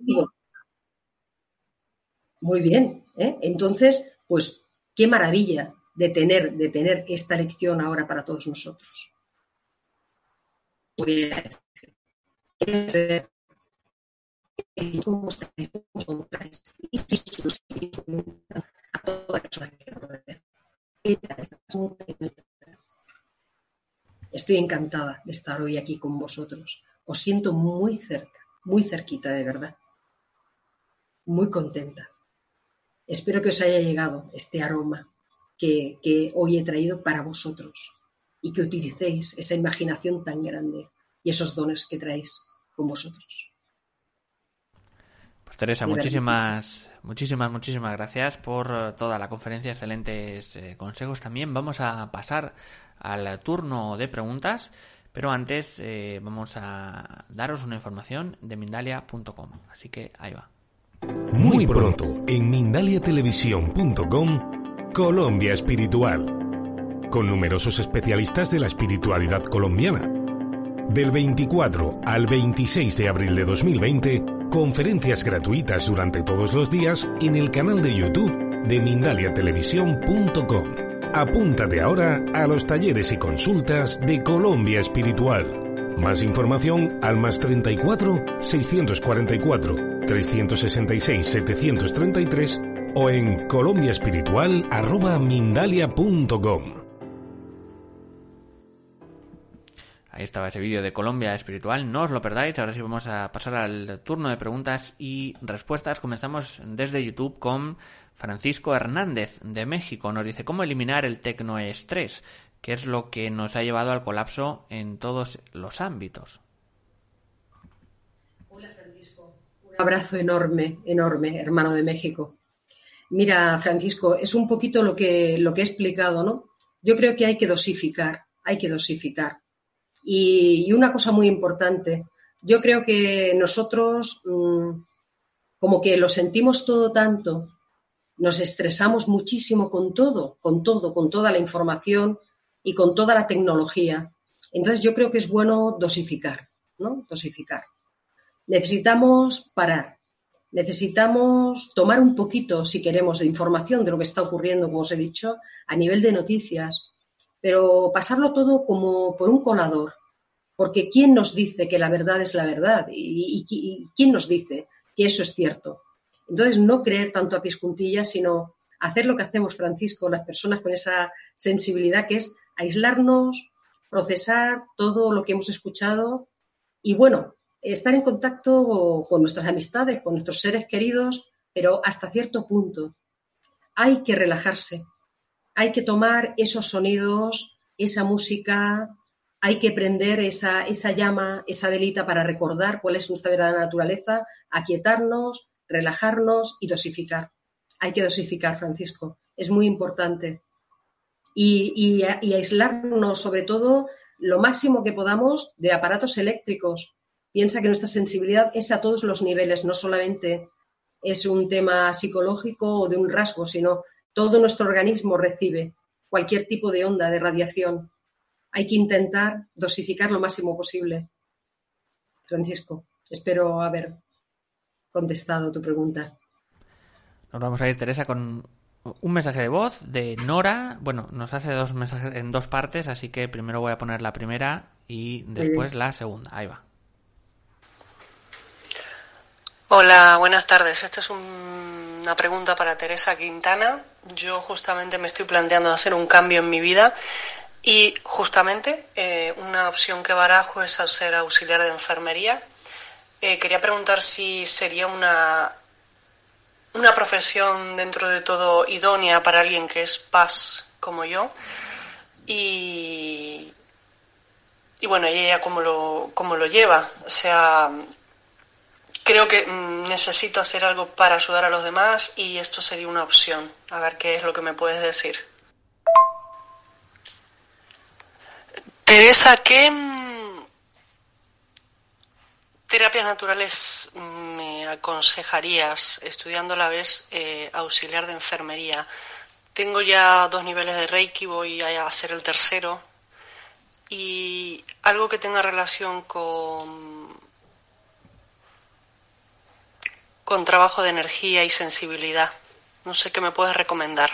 muy bien, ¿eh? Entonces, pues qué maravilla de tener esta lección ahora para todos nosotros. Muy bien. ¿Cómo estáis? ¿Cómo estáis? Y si a toda persona que rodea. Estoy encantada de estar hoy aquí con vosotros. Os siento muy cerca, muy cerquita, de verdad. Muy contenta. Espero que os haya llegado este aroma que hoy he traído para vosotros y que utilicéis esa imaginación tan grande y esos dones que traéis con vosotros. Pues Teresa, muchísimas gracias por toda la conferencia, excelentes consejos también. Vamos a pasar al turno de preguntas, pero antes vamos a daros una información de Mindalia.com, así que ahí va. Muy pronto en mindaliatelevisión.com, Colombia Espiritual, con numerosos especialistas de la espiritualidad colombiana. Del 24 al 26 de abril de 2020, conferencias gratuitas durante todos los días en el canal de YouTube de mindaliatelevisión.com. Apúntate ahora a los talleres y consultas de Colombia Espiritual. Más información al +34 644 366 733 o en colombiaespiritual@mindalia.com. Ahí estaba ese vídeo de Colombia Espiritual, no os lo perdáis. Ahora sí vamos a pasar al turno de preguntas y respuestas. Comenzamos desde YouTube con Francisco Hernández de México. Nos dice, ¿cómo eliminar el tecnoestrés? ¿Qué es lo que nos ha llevado al colapso en todos los ámbitos? Hola Francisco, un abrazo enorme, enorme, hermano de México. Mira, Francisco, es un poquito lo que he explicado, ¿no? Yo creo que hay que dosificar. Y una cosa muy importante, yo creo que nosotros como que lo sentimos todo tanto, nos estresamos muchísimo con toda la información y con toda la tecnología. Entonces yo creo que es bueno dosificar, ¿no? Dosificar. Necesitamos parar, necesitamos tomar un poquito, si queremos, de información de lo que está ocurriendo, como os he dicho, a nivel de noticias, pero pasarlo todo como por un colador, porque ¿quién nos dice que la verdad es la verdad? ¿Y quién nos dice que eso es cierto? Entonces, no creer tanto a pies juntillas, sino hacer lo que hacemos, Francisco, las personas con esa sensibilidad, que es aislarnos, procesar todo lo que hemos escuchado y, bueno, estar en contacto con nuestras amistades, con nuestros seres queridos, pero hasta cierto punto. Hay que relajarse, hay que tomar esos sonidos, esa música, hay que prender esa llama, esa velita para recordar cuál es nuestra verdadera naturaleza, aquietarnos, relajarnos y dosificar. Hay que dosificar, Francisco, es muy importante. Y aislarnos, sobre todo, lo máximo que podamos de aparatos eléctricos. Piensa que nuestra sensibilidad es a todos los niveles, no solamente es un tema psicológico o de un rasgo, sino todo nuestro organismo recibe cualquier tipo de onda, de radiación. Hay que intentar dosificar lo máximo posible. Francisco, espero haber contestado tu pregunta. Nos vamos a ir, Teresa, con un mensaje de voz de Nora. Bueno, nos hace 2 mensajes en 2 partes, así que primero voy a poner la primera y después la segunda. Ahí va. Hola, buenas tardes. Esta es una pregunta para Teresa Quintana. Yo justamente me estoy planteando hacer un cambio en mi vida y justamente una opción que barajo es ser auxiliar de enfermería. Quería preguntar si sería una profesión dentro de todo idónea para alguien que es PAS como yo y bueno, y ella cómo lo lleva. O sea, creo que necesito hacer algo para ayudar a los demás y esto sería una opción. A ver qué es lo que me puedes decir. Teresa, ¿qué terapias naturales me aconsejarías estudiando a la vez auxiliar de enfermería? Tengo ya 2 niveles de Reiki, voy a hacer el tercero. Y algo que tenga relación con trabajo de energía y sensibilidad. No sé qué me puedes recomendar.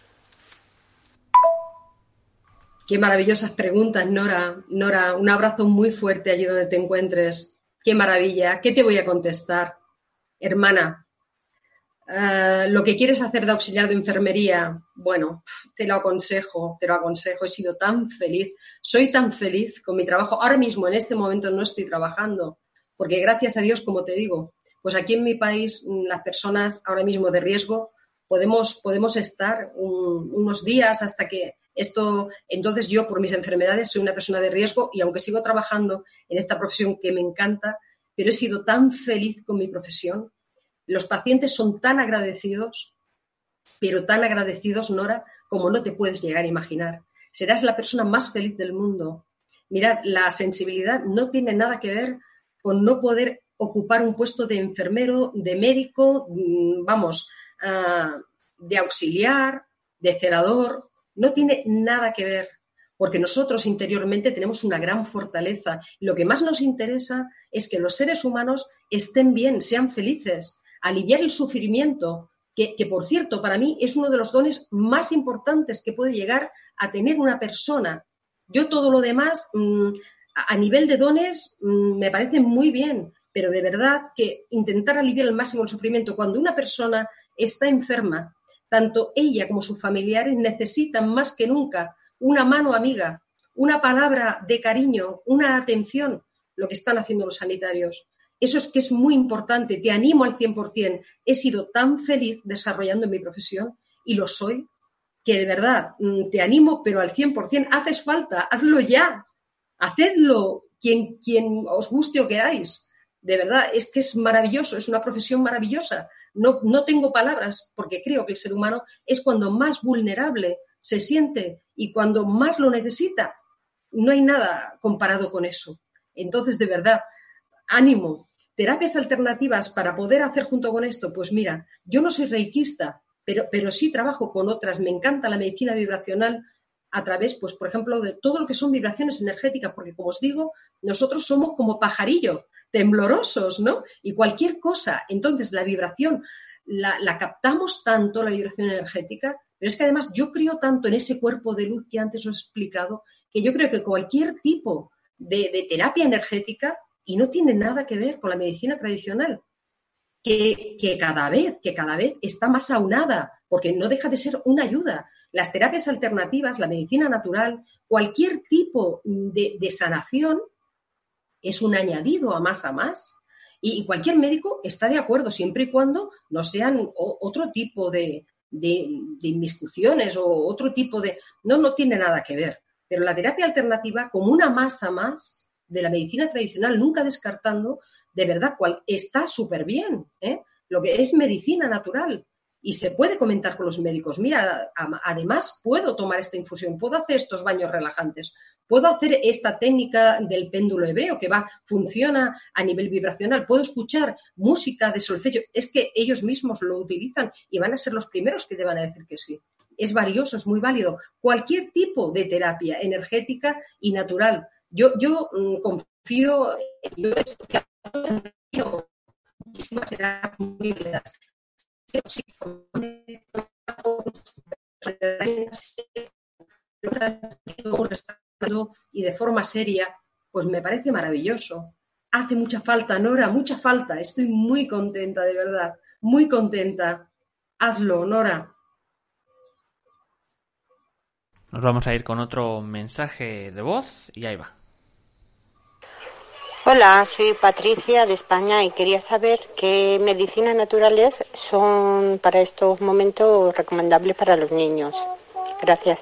Qué maravillosas preguntas, Nora. Nora, un abrazo muy fuerte allí donde te encuentres. Qué maravilla. ¿Qué te voy a contestar? Hermana, lo que quieres hacer de auxiliar de enfermería, bueno, te lo aconsejo. He sido tan feliz, soy tan feliz con mi trabajo. Ahora mismo, en este momento, no estoy trabajando, porque gracias a Dios, como te digo, pues aquí en mi país, las personas ahora mismo de riesgo, podemos estar unos días hasta que esto... Entonces yo, por mis enfermedades, soy una persona de riesgo y aunque sigo trabajando en esta profesión que me encanta, pero he sido tan feliz con mi profesión. Los pacientes son tan agradecidos, pero tan agradecidos, Nora, como no te puedes llegar a imaginar. Serás la persona más feliz del mundo. Mirad, la sensibilidad no tiene nada que ver con no poder ocupar un puesto de enfermero, de médico, de auxiliar, de celador. No tiene nada que ver, porque nosotros interiormente tenemos una gran fortaleza. Lo que más nos interesa es que los seres humanos estén bien, sean felices, aliviar el sufrimiento, que por cierto, para mí es uno de los dones más importantes que puede llegar a tener una persona. Yo todo lo demás, a nivel de dones, me parece muy bien, pero de verdad que intentar aliviar al máximo el sufrimiento cuando una persona está enferma, tanto ella como sus familiares necesitan más que nunca una mano amiga, una palabra de cariño, una atención, lo que están haciendo los sanitarios. Eso es que es muy importante, te animo al 100%. He sido tan feliz desarrollando mi profesión y lo soy, que de verdad te animo, pero al 100%. Haces falta, hazlo ya, hacedlo quien os guste o queráis. De verdad, es que es maravilloso, es una profesión maravillosa. No tengo palabras porque creo que el ser humano es cuando más vulnerable se siente y cuando más lo necesita. No hay nada comparado con eso. Entonces, de verdad, ánimo. Terapias alternativas para poder hacer junto con esto, pues mira, yo no soy reikista, pero sí trabajo con otras. Me encanta la medicina vibracional a través, pues por ejemplo, de todo lo que son vibraciones energéticas, porque como os digo, nosotros somos como pajarillos, temblorosos, ¿no? Y cualquier cosa. Entonces, la vibración la captamos tanto, la vibración energética, pero es que además yo creo tanto en ese cuerpo de luz que antes os he explicado, que yo creo que cualquier tipo de terapia energética, y no tiene nada que ver con la medicina tradicional, que cada vez está más aunada, porque no deja de ser una ayuda. Las terapias alternativas, la medicina natural, cualquier tipo de sanación, es un añadido a más. Y cualquier médico está de acuerdo siempre y cuando no sean otro tipo de inmiscuciones o otro tipo de... No tiene nada que ver. Pero la terapia alternativa, como una más de la medicina tradicional, nunca descartando, de verdad, está súper bien, ¿eh? Lo que es medicina natural. Y se puede comentar con los médicos, mira, además puedo tomar esta infusión, puedo hacer estos baños relajantes, puedo hacer esta técnica del péndulo hebreo que funciona a nivel vibracional, puedo escuchar música de solfegio. Es que ellos mismos lo utilizan y van a ser los primeros que te van a decir que sí. Es valioso, es muy válido. Cualquier tipo de terapia energética y natural. Yo confío, yo muchísimas terapias muy válidas. Y de forma seria, pues me parece maravilloso. Hace mucha falta, Nora, mucha falta. Estoy muy contenta, de verdad, muy contenta. Hazlo, Nora. Nos vamos a ir con otro mensaje de voz y ahí va. Hola, soy Patricia de España y quería saber qué medicinas naturales son para estos momentos recomendables para los niños. Gracias.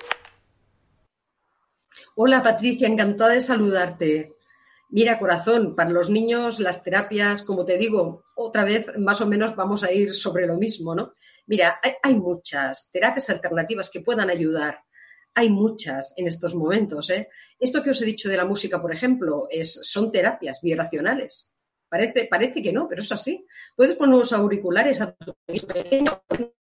Hola Patricia, encantada de saludarte. Mira, corazón, para los niños las terapias, como te digo, otra vez más o menos vamos a ir sobre lo mismo, ¿no? Mira, hay muchas terapias alternativas que puedan ayudar. Hay muchas en estos momentos, ¿eh? Esto que os he dicho de la música, por ejemplo, son terapias vibracionales. Parece que no, pero es así. Puedes poner unos auriculares a tu pequeño.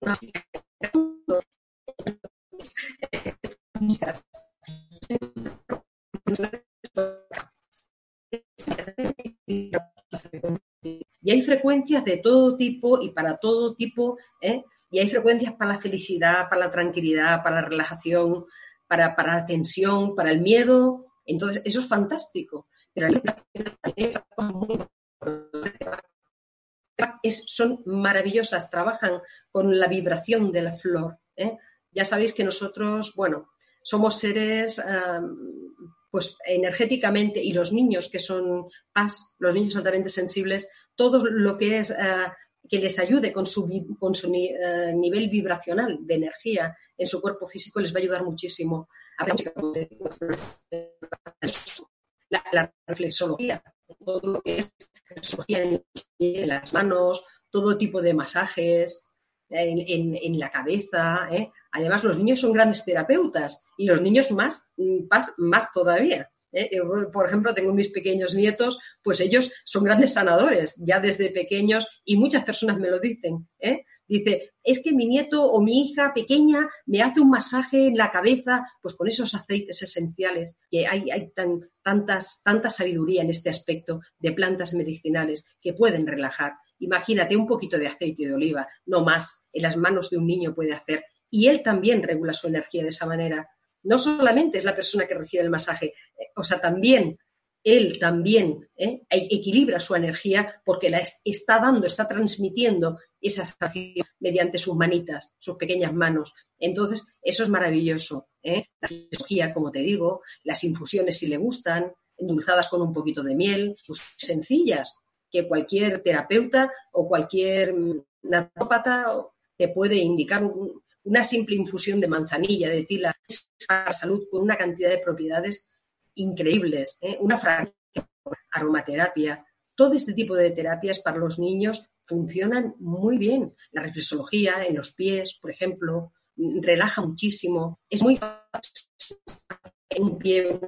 Y hay frecuencias de todo tipo y para todo tipo, ¿eh? Y hay frecuencias para la felicidad, para la tranquilidad, para la relajación, para la tensión, para el miedo. Entonces, eso es fantástico. Pero son maravillosas, trabajan con la vibración de la flor, ¿eh? Ya sabéis que nosotros, bueno, somos seres pues energéticamente, y los niños que son paz, los niños altamente sensibles, todo lo que es que les ayude con su nivel vibracional de energía en su cuerpo físico les va a ayudar muchísimo. La reflexología, todo lo que es reflexología en las manos, todo tipo de masajes en la cabeza, ¿eh? Además, los niños son grandes terapeutas y los niños más todavía. Yo, por ejemplo, tengo mis pequeños nietos, pues ellos son grandes sanadores ya desde pequeños y muchas personas me lo dicen, ¿eh? Dice, es que mi nieto o mi hija pequeña me hace un masaje en la cabeza, pues con esos aceites esenciales, que hay tanta sabiduría en este aspecto de plantas medicinales que pueden relajar. Imagínate un poquito de aceite de oliva, no más, en las manos de un niño puede hacer. Y él también regula su energía de esa manera. No solamente es la persona que recibe el masaje, él también equilibra su energía porque la está transmitiendo esa sensación mediante sus manitas, sus pequeñas manos. Entonces, eso es maravilloso, ¿eh? La fisiología, como te digo, las infusiones si le gustan, endulzadas con un poquito de miel, pues sencillas, que cualquier terapeuta o cualquier naturópata te puede indicar. Una simple infusión de manzanilla, de tila, para la salud con una cantidad de propiedades increíbles, ¿eh? Una fracción, aromaterapia, todo este tipo de terapias para los niños funcionan muy bien. La reflexología en los pies, por ejemplo, relaja muchísimo. Es muy fácil en un pie.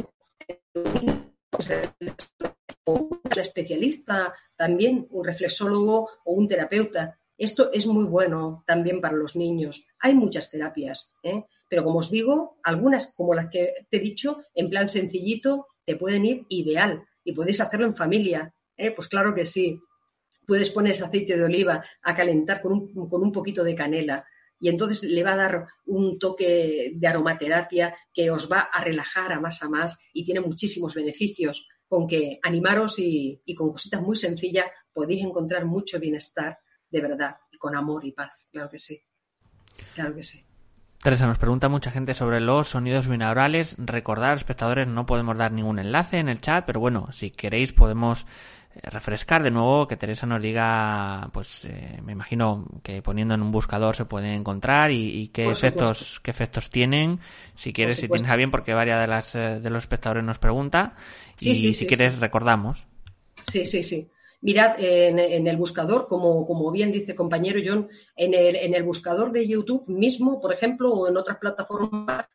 Un especialista también, un reflexólogo o un terapeuta. Esto es muy bueno también para los niños. Hay muchas terapias, ¿eh? Pero como os digo, algunas como las que te he dicho, en plan sencillito, te pueden ir ideal y podéis hacerlo en familia, ¿eh? Pues claro que sí. Puedes poner ese aceite de oliva a calentar con un poquito de canela y entonces le va a dar un toque de aromaterapia que os va a relajar a más y tiene muchísimos beneficios. Con que animaros y con cositas muy sencillas podéis encontrar mucho bienestar de verdad y con amor y paz. Claro que sí. Claro que sí. Teresa, nos pregunta mucha gente sobre los sonidos binaurales. Recordad, espectadores, no podemos dar ningún enlace en el chat, pero bueno, si queréis podemos refrescar de nuevo, que Teresa nos diga, pues me imagino que poniendo en un buscador se pueden encontrar y qué efectos tienen, si quieres, si tienes a bien, porque varias de los espectadores nos pregunta, y si quieres recordamos. Sí. Mirad, en el buscador, como bien dice compañero John, en el buscador de YouTube mismo, por ejemplo, o en otras plataformas,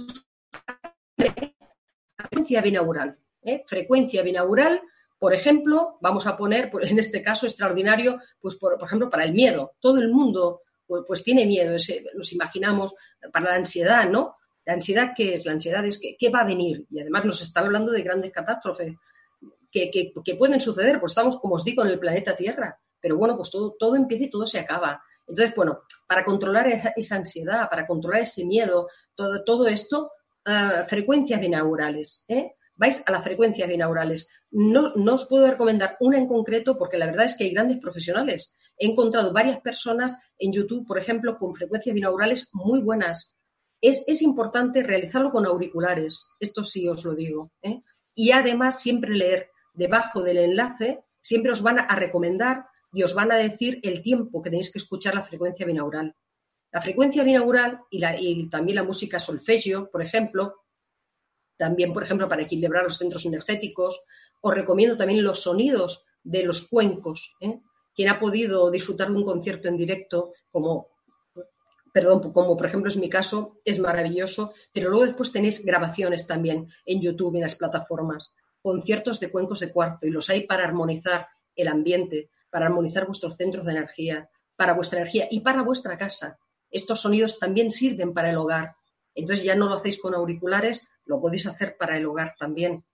frecuencia binaural. Frecuencia binaural, por ejemplo, vamos a poner, en este caso extraordinario, pues por ejemplo, para el miedo. Todo el mundo pues tiene miedo, nos imaginamos, para la ansiedad, ¿no? ¿La ansiedad qué es? La ansiedad es ¿qué va a venir? Y además nos están hablando de grandes catástrofes que pueden suceder, pues estamos, como os digo, en el planeta Tierra, pero bueno, pues todo empieza y todo se acaba. Entonces, bueno, para controlar esa ansiedad, para controlar ese miedo, todo esto, frecuencias binaurales, vais a las frecuencias binaurales. No os puedo recomendar una en concreto porque la verdad es que hay grandes profesionales. He encontrado varias personas en YouTube, por ejemplo, con frecuencias binaurales muy buenas. Es importante realizarlo con auriculares, esto sí os lo digo, Y además siempre leer. Debajo del enlace siempre os van a recomendar y os van a decir el tiempo que tenéis que escuchar la frecuencia binaural. La frecuencia binaural y también la música solfegio, por ejemplo, también, por ejemplo, para equilibrar los centros energéticos. Os recomiendo también los sonidos de los cuencos. Quien ha podido disfrutar de un concierto en directo, como por ejemplo es mi caso, es maravilloso, pero luego después tenéis grabaciones también en YouTube y en las plataformas. Conciertos de cuencos de cuarzo, y los hay para armonizar el ambiente, para armonizar vuestros centros de energía, para vuestra energía y para vuestra casa. Estos sonidos también sirven para el hogar. Entonces ya no lo hacéis con auriculares, lo podéis hacer para el hogar también.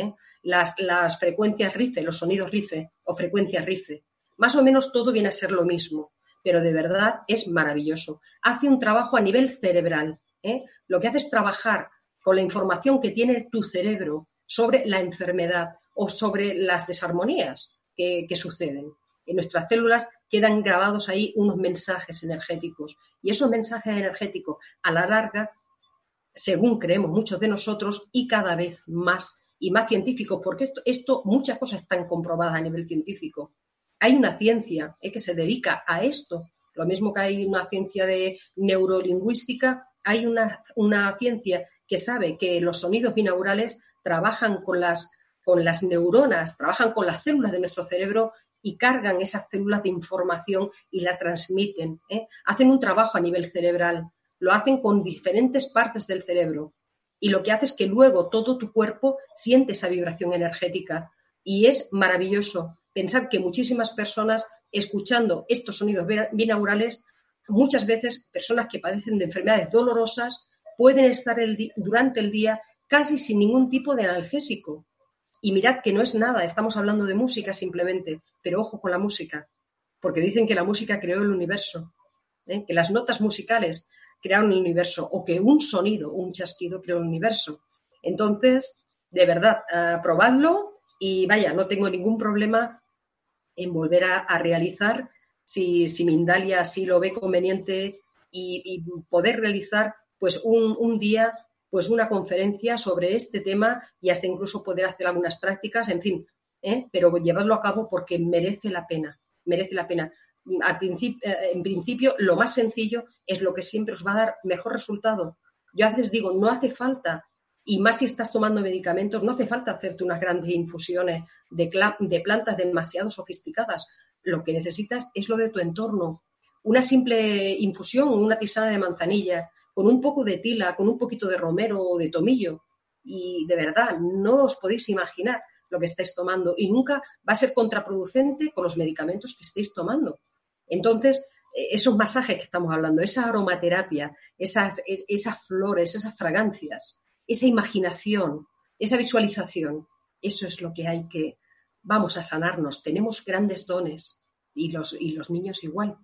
Las frecuencias rife, los sonidos rife o frecuencias rife, más o menos todo viene a ser lo mismo, pero de verdad es maravilloso. Hace un trabajo a nivel cerebral. Lo que hace es trabajar con la información que tiene tu cerebro sobre la enfermedad o sobre las desarmonías que suceden. En nuestras células quedan grabados ahí unos mensajes energéticos y esos mensajes energéticos a la larga, según creemos muchos de nosotros, y cada vez más y más científicos, porque muchas cosas están comprobadas a nivel científico. Hay una ciencia que se dedica a esto, lo mismo que hay una ciencia de neurolingüística, hay una ciencia que sabe que los sonidos binaurales trabajan con las neuronas, trabajan con las células de nuestro cerebro y cargan esas células de información y la transmiten. Hacen un trabajo a nivel cerebral, lo hacen con diferentes partes del cerebro y lo que hace es que luego todo tu cuerpo siente esa vibración energética y es maravilloso. Pensad que muchísimas personas escuchando estos sonidos binaurales, muchas veces personas que padecen de enfermedades dolorosas pueden estar durante el día casi sin ningún tipo de analgésico. Y mirad que no es nada, estamos hablando de música simplemente, pero ojo con la música, porque dicen que la música creó el universo, que las notas musicales crearon el universo, o que un sonido, un chasquido creó el universo. Entonces, de verdad, probadlo y vaya, no tengo ningún problema en volver a realizar, si Mindalia así lo ve conveniente, y poder realizar pues un día pues una conferencia sobre este tema y hasta incluso poder hacer algunas prácticas, en fin, pero llevarlo a cabo porque merece la pena. En principio, lo más sencillo es lo que siempre os va a dar mejor resultado. Yo a veces digo, no hace falta, y más si estás tomando medicamentos, no hace falta hacerte unas grandes infusiones de plantas demasiado sofisticadas. Lo que necesitas es lo de tu entorno. Una simple infusión, una tisana de manzanilla, con un poco de tila, con un poquito de romero o de tomillo. Y de verdad, no os podéis imaginar lo que estáis tomando y nunca va a ser contraproducente con los medicamentos que estéis tomando. Entonces, esos masajes que estamos hablando, esa aromaterapia, esas flores, esas fragancias, esa imaginación, esa visualización, eso es lo que hay que... Vamos a sanarnos, tenemos grandes dones y los niños igual,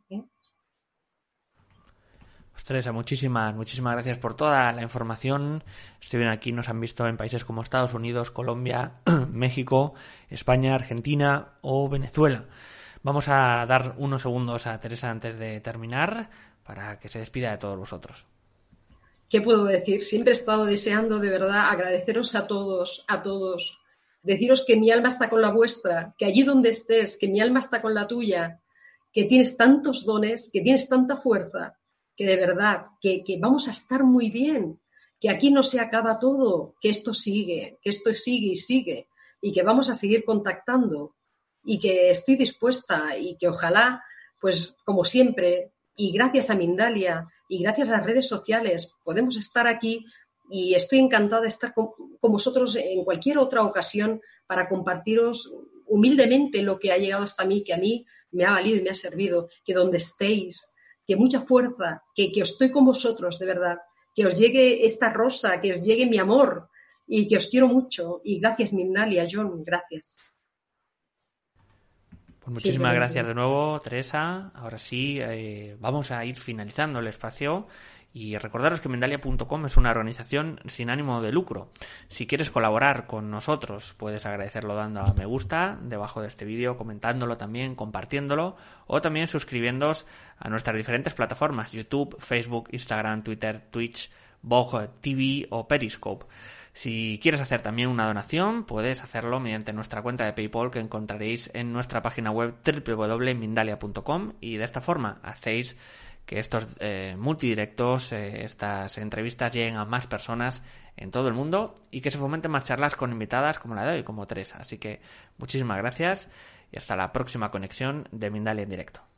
Pues Teresa, muchísimas gracias por toda la información. Estoy bien aquí, nos han visto en países como Estados Unidos, Colombia, México, España, Argentina o Venezuela. Vamos a dar unos segundos a Teresa antes de terminar para que se despida de todos vosotros. ¿qué puedo decir? Siempre he estado deseando de verdad agradeceros a todos, deciros que mi alma está con la vuestra, que allí donde estés, que mi alma está con la tuya, que tienes tantos dones, que tienes tanta fuerza, que de verdad, que vamos a estar muy bien, que aquí no se acaba todo, que esto sigue y sigue, y que vamos a seguir contactando, y que estoy dispuesta, y que ojalá, pues como siempre, y gracias a Mindalia, y gracias a las redes sociales, podemos estar aquí, y estoy encantada de estar con vosotros en cualquier otra ocasión para compartiros humildemente lo que ha llegado hasta mí, que a mí me ha valido y me ha servido, que donde estéis, que mucha fuerza, que estoy con vosotros, de verdad, que os llegue esta rosa, que os llegue mi amor y que os quiero mucho. Y gracias, Mindalia, John, gracias. Pues muchísimas gracias de nuevo, Teresa. Ahora sí, vamos a ir finalizando el espacio. Y recordaros que Mindalia.com es una organización sin ánimo de lucro. Si quieres colaborar con nosotros, puedes agradecerlo dando a me gusta debajo de este vídeo, comentándolo también, compartiéndolo, o también suscribiéndoos a nuestras diferentes plataformas: YouTube, Facebook, Instagram, Twitter, Twitch, Vogue TV o Periscope. Si quieres hacer también una donación, puedes hacerlo mediante nuestra cuenta de PayPal, que encontraréis en nuestra página web www.mindalia.com, y de esta forma hacéis que estos multidirectos, estas entrevistas lleguen a más personas en todo el mundo y que se fomenten más charlas con invitadas como la de hoy, como Teresa. Así que muchísimas gracias y hasta la próxima conexión de Mindalia en directo.